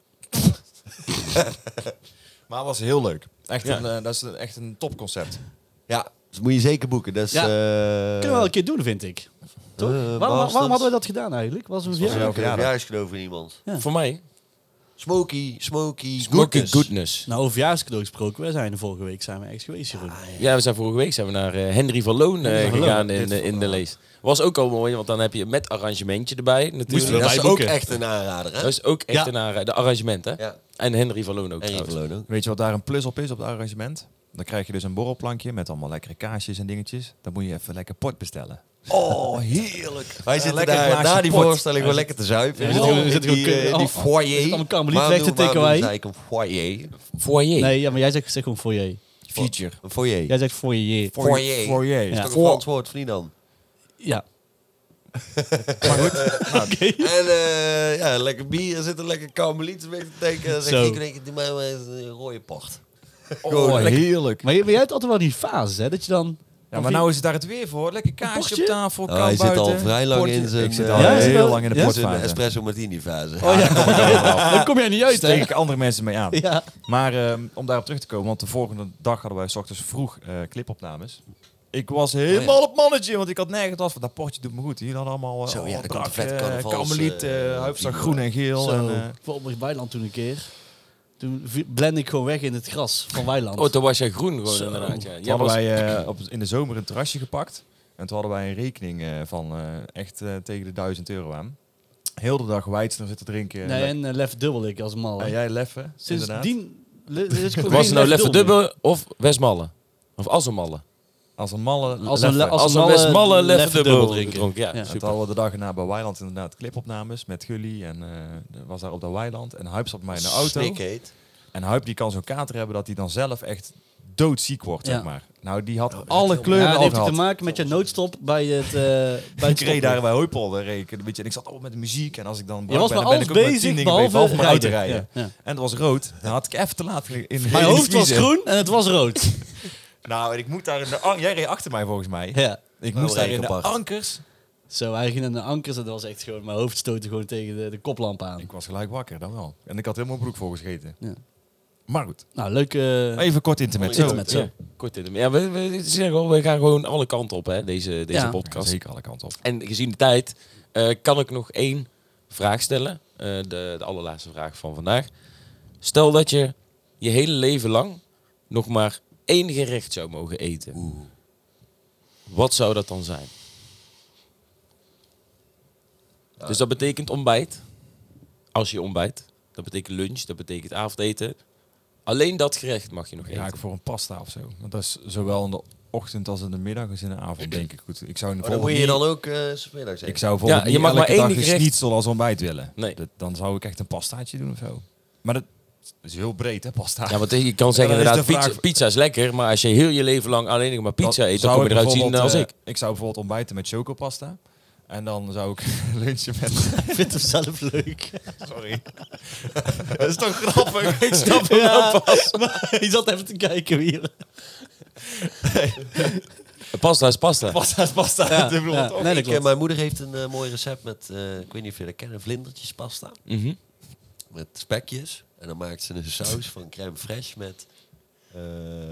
D: Maar het was heel leuk. Echt
B: Ja.
D: een, eh, dat is een, echt een topconcept.
C: Ja, dus moet je zeker boeken. Dat is,
E: Ja.
C: eh,
E: Kunnen we wel een keer doen, vind ik. Toch?
C: eh,
E: waarom,
C: Bastards.
E: waarom hadden we dat gedaan eigenlijk? Was het een
C: Was
E: verjaardag?
C: ook een
D: verjaardag.
C: verjaarscadeau van iemand.
B: Voor mij.
C: Smoky, Smoky,
B: Smoky
C: Goodness.
B: goodness.
E: Nou, over verjaarscadeau gesproken. We zijn de vorige week zijn we ergens geweest, Jeroen.
B: Ja, we zijn vorige week zijn we naar eh, Henry van Loon eh,
E: Henry van
B: gegaan
E: Loon.
B: in, eh, in de lees. Was ook al mooi, want dan heb je met arrangementje erbij natuurlijk.
E: Moesten we
C: Dat is ook
E: bijboeken.
C: echt een aanrader, hè?
B: Dat is ook echt
E: Ja.
B: een aanrader. De arrangement, hè?
C: Ja,
B: En Henry van Loon ook
C: en
B: trouwens.
C: Riverloon ook.
D: Weet je wat daar een plus op is op het arrangement? Dan krijg je dus een borrelplankje met allemaal lekkere kaasjes en dingetjes. Dan moet je even lekker port bestellen. Oh, heerlijk.
C: Wij
D: Een
C: zitten
D: lekker
C: daar
D: glaasje
C: na die
D: port.
C: voorstelling gewoon lekker te zuipen.
E: Ja, we
C: Oh,
E: zitten- we zitten
C: die,
E: gewoon-
C: eh, die
E: oh,
C: foyer.
E: we zitten allemaal Karmeliet
C: Waarom
E: weg te
C: doen- waarom
E: tikken wij?
C: zei ik een foyer?
B: Foyer.
E: Nee, ja, maar jij zegt, zegt gewoon foyer.
D: Feature.
C: Een foyer.
E: Jij zegt foyer.
C: Foyer.
D: Foyer.
E: Ja.
C: Toch een Frans woord, of niet dan?
E: Ja.
D: Maar goed.
E: Oké.
C: En eh, ja, lekker bier. Er zit een lekker karmeliet mee te denken. Dan zeg
E: Zo.
C: ik, denk ik, doe mij maar eens een rode port.
D: Oh, heerlijk.
E: Maar, je, maar jij hebt altijd wel die fases, hè? Dat je dan...
D: Ja, maar nou is het daar het weer voor. Lekker kaasje
E: portje?
D: op tafel,
C: Oh,
D: koud
C: hij zit al
D: buiten.
C: vrij lang
D: Portje.
C: in zijn,
D: Ik zit
C: eh,
D: al
E: Ja, is het
D: heel
E: wel-
D: lang in de
E: ja?
C: Dat is een
D: portfase.
C: espresso martini fase.
E: Oh ja, dan kom jij niet uit,
D: Steek
E: hè?
D: ik andere mensen mee aan.
E: Ja.
D: Maar ehm, om daarop terug te komen, want de volgende dag hadden wij 's ochtends vroeg eh, clipopnames. Ik was helemaal
C: Oh, ja.
D: op mannetje, want ik had nergens af van dat portje doet me goed. Hier hadden allemaal uh,
C: Zo, ja, daar komt de vet
D: vet
C: carnavals,
D: karmeliet,
C: eh,
D: uh, hoofdzak
C: die-
D: groen en geel.
E: Zo,
D: En, uh,
E: voor Omberg Weiland toen een keer. Toen vi- blend ik gewoon weg in het gras van Weiland.
B: Oh, toen was jij groen gewoon
E: Zo.
B: inderdaad. Ja.
D: toen
B: Jij
D: hadden
B: was,
D: wij uh, op, in de zomer een terrasje gepakt. En toen hadden wij een rekening uh, van uh, echt uh, tegen de duizend euro aan. Heel de dag Weizner zitten drinken.
E: nee, en uh, lef dubbel ik als mal. hè.
D: En jij leffen, inderdaad.
E: Sindsdien... le- is gewoon
B: was
E: geen
B: het nou
E: lef
B: Leffe
E: dubbel
B: Dubbe of Westmalle? Of Asselmalle?
D: Als een malle
E: Als een, le-
D: leffe.
E: als
B: Als
E: een
B: een best
E: malle
B: malle
E: leffe
B: leffe
E: dubbel
B: dubbel
E: drinken.
B: dronken. Ja,
E: Ja.
D: Het
B: super.
D: hadden we de dag erna bij Weiland inderdaad clipopnames met Gully. En eh was daar op dat weiland. En Huip zat bij mij in de auto.
C: Snikheet.
D: En Huip die kan zo'n kater hebben dat hij dan zelf echt doodziek wordt,
E: Ja.
D: zeg maar. Nou, die had
C: Oh, dat
D: alle
C: is
D: kleuren
E: Ja, dat
D: al
E: heeft
D: gehad.
E: te maken met je noodstop bij het, uh, bij het
D: Ik reed daar
E: stoplicht.
D: bij Heupel, daar reed ik, een beetje, en ik zat al met de muziek. En als ik dan
E: Je
D: brak
E: was
D: ben,
E: met
D: dan ben
E: alles
D: ik ook met
E: bezig,
D: tien dingen bezig,
E: behalve
D: behalve met
E: rijden.
D: rijden.
E: Ja, ja.
D: En het was rood. Dan had ik even te laat in in
E: Mijn
D: in de
E: hoofd was
D: smiezen.
E: groen en het was rood.
D: Nou, en ik moet daar in de an- jij reed achter mij volgens mij.
E: Ja.
D: Ik
C: Oh,
D: moest daar in de
C: regenpacht.
D: ankers.
E: Zo, wij gingen naar de ankers en dat was echt gewoon... Mijn hoofd stootte gewoon tegen de, de koplamp aan.
D: Ik was gelijk wakker, dan wel. En ik had helemaal broek volgescheten.
E: Ja.
D: Maar goed.
E: Nou, leuk... eh,
D: Even kort intermezzo.
E: Intermezzo.
B: Ja, kort in de... Ja, we, we, zeggen al, we gaan gewoon alle kanten op, hè, deze, deze
E: Ja.
B: podcast.
D: Zeker alle kanten op.
B: En gezien de tijd eh, kan ik nog één vraag stellen. Eh, de, de allerlaatste vraag van vandaag. Stel dat je je hele leven lang nog maar één gerecht zou mogen eten. Wat zou dat dan zijn? Dus dat betekent ontbijt. Als je ontbijt. Dat betekent lunch. Dat betekent avondeten. Alleen dat gerecht mag je nog
D: Dan ga
B: eten.
D: ik voor een pasta of zo. Want dat is zowel in de ochtend als in de middag als in de avond, denk ik. Goed, ik zou
C: Maar dan moet je dan ook uh, smiddags eten.
D: Ik zou bijvoorbeeld
B: je
D: niet
B: mag maar
D: elke
B: één
D: dag een
B: gerecht-
D: schnitzel als ontbijt willen.
B: Nee.
D: Dat, dan zou ik echt een pastaatje doen of zo. Maar dat is heel breed, hè, pasta.
B: Ja, want je kan zeggen
D: Ja, dan is
B: inderdaad,
D: de
B: pizza,
D: vraag-
B: pizza is lekker. Maar als je heel je leven lang alleen nog maar pizza
D: Dan
B: eet, dan
D: zou
B: kom je
D: ik
B: eruit zien
D: bijvoorbeeld,
B: als
D: eh,
B: ik.
D: Ik zou bijvoorbeeld ontbijten met chocopasta. En dan zou ik lunchen met...
E: Ik vind hem zelf leuk.
D: Sorry. Dat is toch grappig? Ik snap het
E: Ja,
D: wel pas.
E: maar je zat even te kijken hier.
B: Pasta is pasta.
D: Pasta is pasta.
E: Ja,
D: Ik bedoel,
E: ja.
D: toch?
E: Nee, dat
C: Ik, eh,
E: klopt.
C: mijn moeder heeft een eh, mooi recept met, eh, ik weet niet of jullie dat kennen, vlindertjespasta.
B: Mhm.
C: Met spekjes. En dan maakt ze een saus van crème fraîche met eh,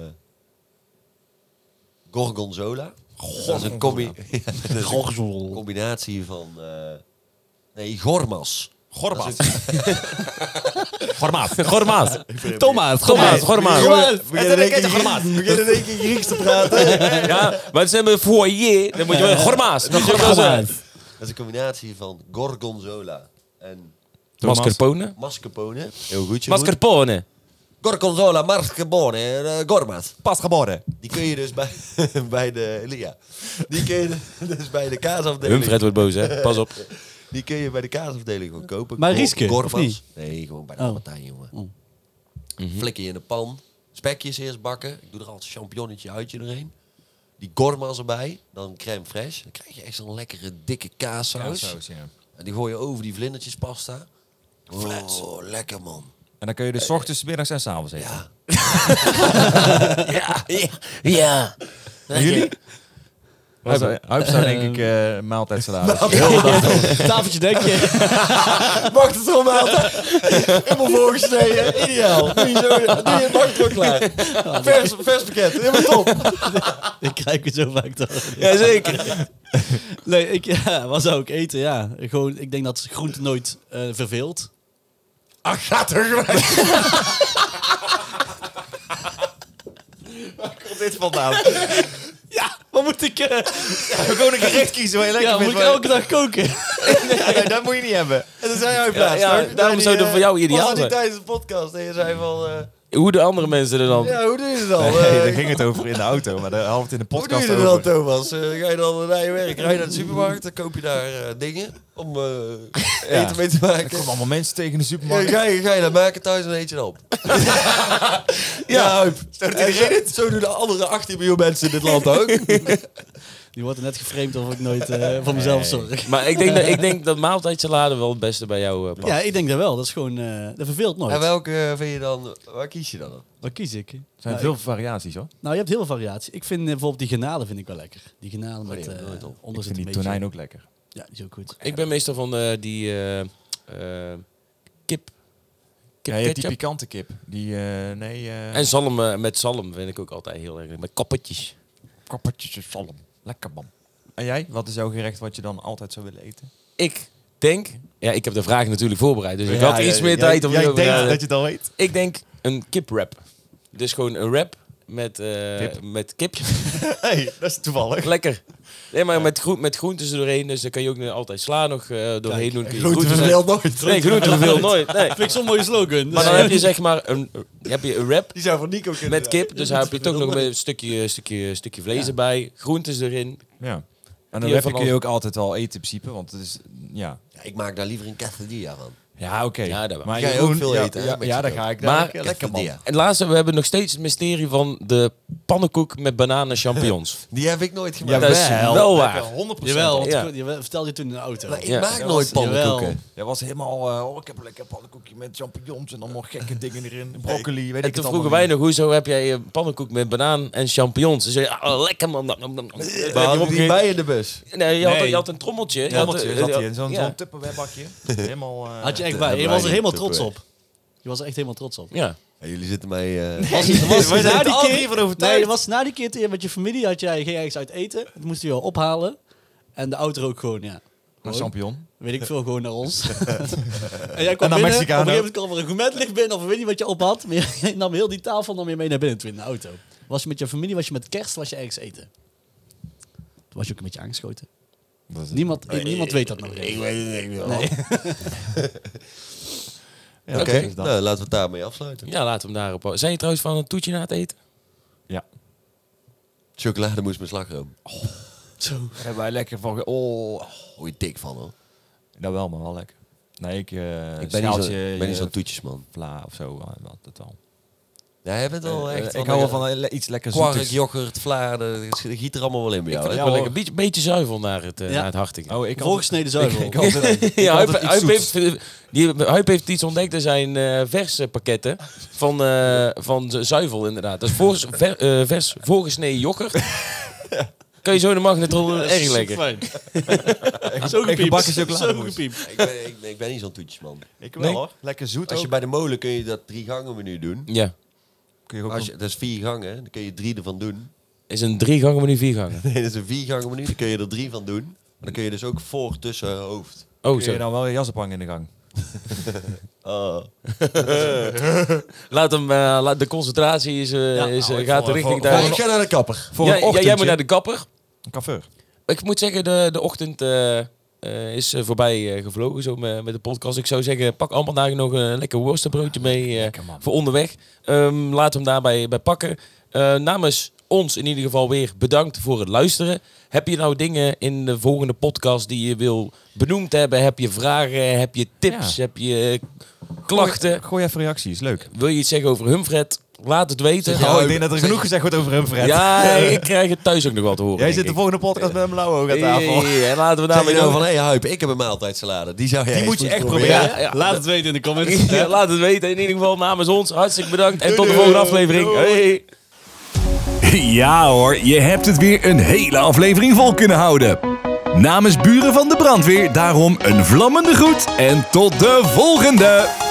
C: gorgonzola. Dat is een, combi ja, dat is een combinatie van... eh, nee, gormas.
D: Gormas.
C: Dat is
B: Gormaat. Gormaat.
E: Tomaat,
B: Tomaat. Gormaat.
C: Begin in één keer Grieks te praten.
B: Ja, maar het zijn we foyer. Dan moet je wel gormaat. Dat
C: Dat is een combinatie van gorgonzola en
B: Mascarpone.
C: mascarpone. Heel goed, Jeroen.
B: Mascarpone.
C: Gorgonzola, mascarpone en uh, gormas.
D: Pas geboren.
C: Die kun je dus bij, bij de... Ja. Die kun je dus bij de kaasafdeling...
B: Humfred wordt boos, hè. Pas op.
C: Die kun je bij de kaasafdeling gewoon kopen.
E: Maar
C: Gor-
E: Rieske, of
C: gormas.
E: niet?
C: Nee, gewoon bij de
E: Oh.
C: Albertijn, jongen.
E: Oh.
C: Flikker je in de pan. Spekjes eerst bakken. Ik doe er altijd champignonnetje uitje doorheen. Die gormas erbij. Dan crème fraîche. Dan krijg je echt zo'n lekkere, dikke kaassaus.
D: Saus, ja.
C: En die gooi je over die vlindertjespasta. Oh, lekker man.
D: En dan kun je dus 's ochtends, 's middags en 's avonds eten.
C: Ja.
B: Ja. Ja.
D: En jullie? Huip Huip zou denk ik uh, maaltijdsalade.
E: Tafeltje dekje.
C: Wacht het erom altijd. Helemaal voorgesneden. Ideaal. Doe je zo. Doe je het ook klaar. Vers, vers pakket. Helemaal top.
E: Ik krijg het zo vaak door.
B: Jazeker.
E: Nee, ik, ja, wat zou ik eten? Ja, gewoon, ik denk dat groente nooit uh, verveelt.
C: Ach, gaat er gelijk.
D: Waar komt dit vandaan?
E: Ja, wat moet ik... Uh,
D: Gewoon een gerecht kiezen waar je lekker
E: ja,
D: vindt.
E: moet ik elke dag koken?
D: Ja, nee, dat moet je niet hebben.
C: En dan zei hij
B: Ja,
C: plaats.
B: ja,
C: toch?
B: daarom
C: Die,
B: zou dat
C: eh,
B: voor jou ideaal
C: was dat niet
B: zijn.
C: tijdens de podcast. En je zei van... Uh,
B: Hoe de andere mensen er dan...
C: ja, hoe doe je het dan?
D: Nee,
C: Uh,
D: daar ging het over in de auto, maar daar hadden we het in de
C: hoe doe
D: podcast
C: je het dan,
D: over.
C: Thomas? Uh, ga je dan naar je werk? Rij je naar de supermarkt? Dan koop je daar uh, dingen om uh,
D: Ja.
C: eten mee te
D: Er
C: maken.
D: komen allemaal mensen tegen in de
C: Ja,
D: supermarkt.
C: ga, je, ga je dat maken thuis en eet je dat op. ja, Huip. En zo, zo doen de andere achttien miljoen mensen in dit land ook.
E: Die wordt er net geframed of ik nooit uh, voor mezelf zorg.
B: Maar ik denk, dat, ik denk dat maaltijdsalade wel het beste bij jou uh, past.
E: Ja, ik denk dat wel. Dat is gewoon... Uh, dat verveelt nooit.
C: En welke vind je dan... Waar kies je dan op?
E: Wat kies ik?
D: Er zijn
E: Nou,
D: veel
E: ik-
D: variaties hoor.
E: Nou, je hebt heel veel variatie. Ik vind uh, bijvoorbeeld die genalen vind ik wel lekker. Die genalen met...
C: die heb ik
E: Uh,
C: nooit op.
E: onder
D: Ik
E: zit
D: vind
E: een
D: die tonijn
E: beetje...
D: ook lekker.
E: Ja, die is ook goed.
B: Ik ben meestal van uh, die uh, uh, kip. Kip
D: Ja, je hebt die
B: ketchup.
D: pikante kip. Die, uh, nee... Uh,
B: En zalm uh, met zalm vind ik ook altijd heel lekker. Met koppetjes.
D: koppertjes zalm. Lekker man. En jij? Wat is jouw gerecht wat je dan altijd zou willen eten?
B: Ik denk... Ja, ik heb de vraag natuurlijk voorbereid. Dus ik
D: Ja,
B: had
D: ja,
B: iets
D: ja,
B: meer
D: jij-
B: tijd om
D: Jij
B: hierover
D: denkt
B: na-
D: dat je het al weet?
B: Ik denk een kipwrap. Dus gewoon een wrap met, uh,
D: Kip.
B: met kip.
D: Hey, dat is toevallig.
B: Lekker. Nee, maar met, groen, met groentes er doorheen. Dus dan kan je ook nog altijd sla nog uh, doorheen doen. Kun je
C: Groente
B: groentes-
C: verveelt nooit.
B: Nee, groente verveelt nooit. Nee.
E: Vind ik zo'n mooie slogan.
B: Maar dan heb je zeg maar een, heb je een wrap
C: Die zou van Nico kunnen
B: met kip. Dus daar heb je toch nog een stukje, stukje, stukje vlees erbij. Groentes erin.
D: Ja. En
B: Die
D: dan
B: van
D: kun je
B: ons-
D: ook altijd wel eten in principe, want het is, ja.
C: Ja, ik maak daar liever een quesadilla van.
D: Ja, oké.
B: Ja, dat wel.
D: Maar
C: Ga je
D: Jeroen,
C: ook veel
D: ja,
C: eten, hè,
D: Ja,
C: in
D: ja,
C: Mexico?
D: dan ga ik
B: Maar-
D: daar lekker, lekker man.
C: Quesadilla.
B: En laatste, we hebben nog steeds het mysterie van de pannenkoek met bananen en champignons.
C: Die heb ik nooit
B: Ja,
C: gemaakt.
B: dat is wel waar.
D: honderd procent.
E: Jawel, want
B: Ja.
E: ik- je vertelde je toen in de auto.
C: Maar ik
B: Ja.
C: maak
D: Ja,
C: nooit
D: was-
C: pannenkoeken.
D: Dat was helemaal, uh, oh, ik heb een lekker pannenkoekje met champignons en allemaal gekke dingen erin. Broccoli, weet
B: En
D: ik
B: toen
D: het
B: vroegen wij nog, hoezo heb jij een pannenkoek met banaan en champignons? Ze zei, ah, lekker man. Nam, nam, nam.
C: We
B: Heb je
C: hadden die
B: opgegeten?
C: bij in de bus.
B: Nee, je had,
D: Nee.
B: je had een trommeltje. Je
D: Trommeltje
B: had,
D: zat
B: eh,
D: hij in, zo'n
B: ja.
D: zo'n Tupperware bakje. Helemaal... uh,
E: Had je echt
C: Dat
E: bij.
C: hebben
E: Je
C: wij
E: was er helemaal
C: niet,
E: trots
C: Tupperware.
E: op. Je was er echt helemaal trots op.
B: Ja.
C: Ja, jullie zitten mij... eh,
E: Was, was,
D: Wij zijn
E: na
D: er
E: die
D: alle
E: keer-
D: drie van overtuigd.
E: Nee, was na die keer toen je met je familie had jij, ging ergens uit eten. Dat moest je wel ophalen. En de auto ook gewoon, ja.
D: een
E: Gewoon,
D: champignon.
E: weet ik veel, gewoon naar ons. en jij kwam
D: En naar
E: binnen. Op een
D: Mexicano.
E: gegeven moment kwam er een gourmetlicht binnen. Of ik weet niet wat je op had. Maar je nam heel die tafel nam je mee naar binnen toen in de auto. Was je met je familie, was je met kerst, was je ergens eten. Toen was je ook een beetje aangeschoten.
D: Dat is-
E: Niemand,
C: Oh,
E: niemand weet dat nog.
C: Ik weet het niet meer.
E: Nee.
D: Ja,
C: Oké,
D: dat is dat.
C: nou, laten we het daarmee afsluiten.
B: Ja, laten we hem daarop. Zijn je trouwens van een toetje na het eten?
D: Ja.
C: Chocolademousse met slagroom.
E: Zo.
D: Daar hebben wij lekker van... ge- Oh,
C: Word je dik van, hoor.
D: dat wel, maar wel lekker. Nee, ik... uh,
C: Ik ben niet zo- ik ben niet zo'n toetjesman.
D: Vla of zo, uh, wat het al.
C: Ja, jij bent wel
D: Eh,
C: echt...
D: ik
C: van
D: hou wel
C: de-
D: van eh, le- iets lekker
C: Kwark,
D: zoetigs.
C: yoghurt, vla, dat giet er allemaal wel in bij
B: Ik
C: jou,
B: vind
C: hè?
B: het wel
D: Ja,
B: lekker. Beetje, beetje zuivel naar het, uh,
E: Ja.
B: naar het hartige.
D: Oh, ik
E: Voorgesneden zuivel.
D: Ik, ik altijd, ik
B: ja,
D: altijd
B: Huip,
D: iets
B: Huip
D: zoets.
B: heeft, die, Huip heeft iets ontdekt. Er zijn uh, verse pakketten van, uh, van z- zuivel inderdaad. Dat is voor, ver, uh, vers voorgesneden yoghurt. Kan je zo in de magnetron erg lekker.
E: Zo
D: En gebakken
E: gepiept. Zo
D: chocolademousse.
E: gepiept.
C: Ik ben, ik, ik ben niet zo'n toetjesman.
D: Ik wel
B: Nee?
D: hoor. Lekker zoet
C: Als je
D: ook.
C: bij de molen kun je dat drie gangen menu doen.
B: Ja,
D: Kun je ook
C: Als je, dat is vier gangen, dan kun je drie ervan doen.
B: is een drie gangen menu, vier gangen.
C: Nee, dat is een vier gangen menu, dan kun je er drie van doen. Maar dan kun je dus ook voor tussen hoofd.
B: Oh,
D: kun je
B: zo.
D: dan wel je jas ophangen in de gang.
C: Oh.
B: Laat hem, uh, laat, de concentratie is, uh,
E: Ja,
B: is, uh,
D: nou, ik
B: gaat de
D: vond-
B: richting
D: voor-
C: Maar
B: daar.
C: ik ga naar de kapper.
D: Voor
B: Ja,
D: een
B: ja, jij
D: ochtendje.
B: moet naar de kapper.
D: Een coiffeur.
B: Ik moet zeggen, de, de ochtend uh, uh, is uh, voorbij uh, gevlogen zo met, met de podcast. Ik zou zeggen, pak allemaal dagen nog een lekker worstenbroodje mee uh,
D: Lekker, man.
B: voor onderweg. Um, laten we hem daarbij bij pakken. Uh, namens ons in ieder geval weer bedankt voor het luisteren. Heb je nou dingen in de volgende podcast die je wil benoemd hebben? Heb je vragen? Heb je tips?
D: Ja.
B: Heb je klachten?
D: Gooi, gooi even reacties, leuk.
B: Wil je iets zeggen over Humfred? Laat het weten.
D: Ja, ik denk dat er genoeg gezegd wordt over hem, Fred.
B: Ja, ik krijg het thuis ook nog wel te horen.
D: Jij
B: denk
D: zit de
B: ik.
D: volgende podcast met een blauwe oog aan tafel.
B: Hey, en laten we
C: Zeg je
B: daarmee
C: nou
B: doen.
C: van, hé hey, Huip, ik heb een maaltijdsalade. Die zou jij
D: Die
C: eens
D: moet je
C: moeten
D: echt
C: proberen.
D: proberen.
B: Ja, ja.
E: Laat het weten in de comments.
B: Ja, laat het weten. In ieder geval namens ons. Hartstikke bedankt. En tot de volgende aflevering. Hey.
A: Ja hoor, je hebt het weer een hele aflevering vol kunnen houden. Namens Buren van de Brandweer daarom een vlammende groet en tot de volgende!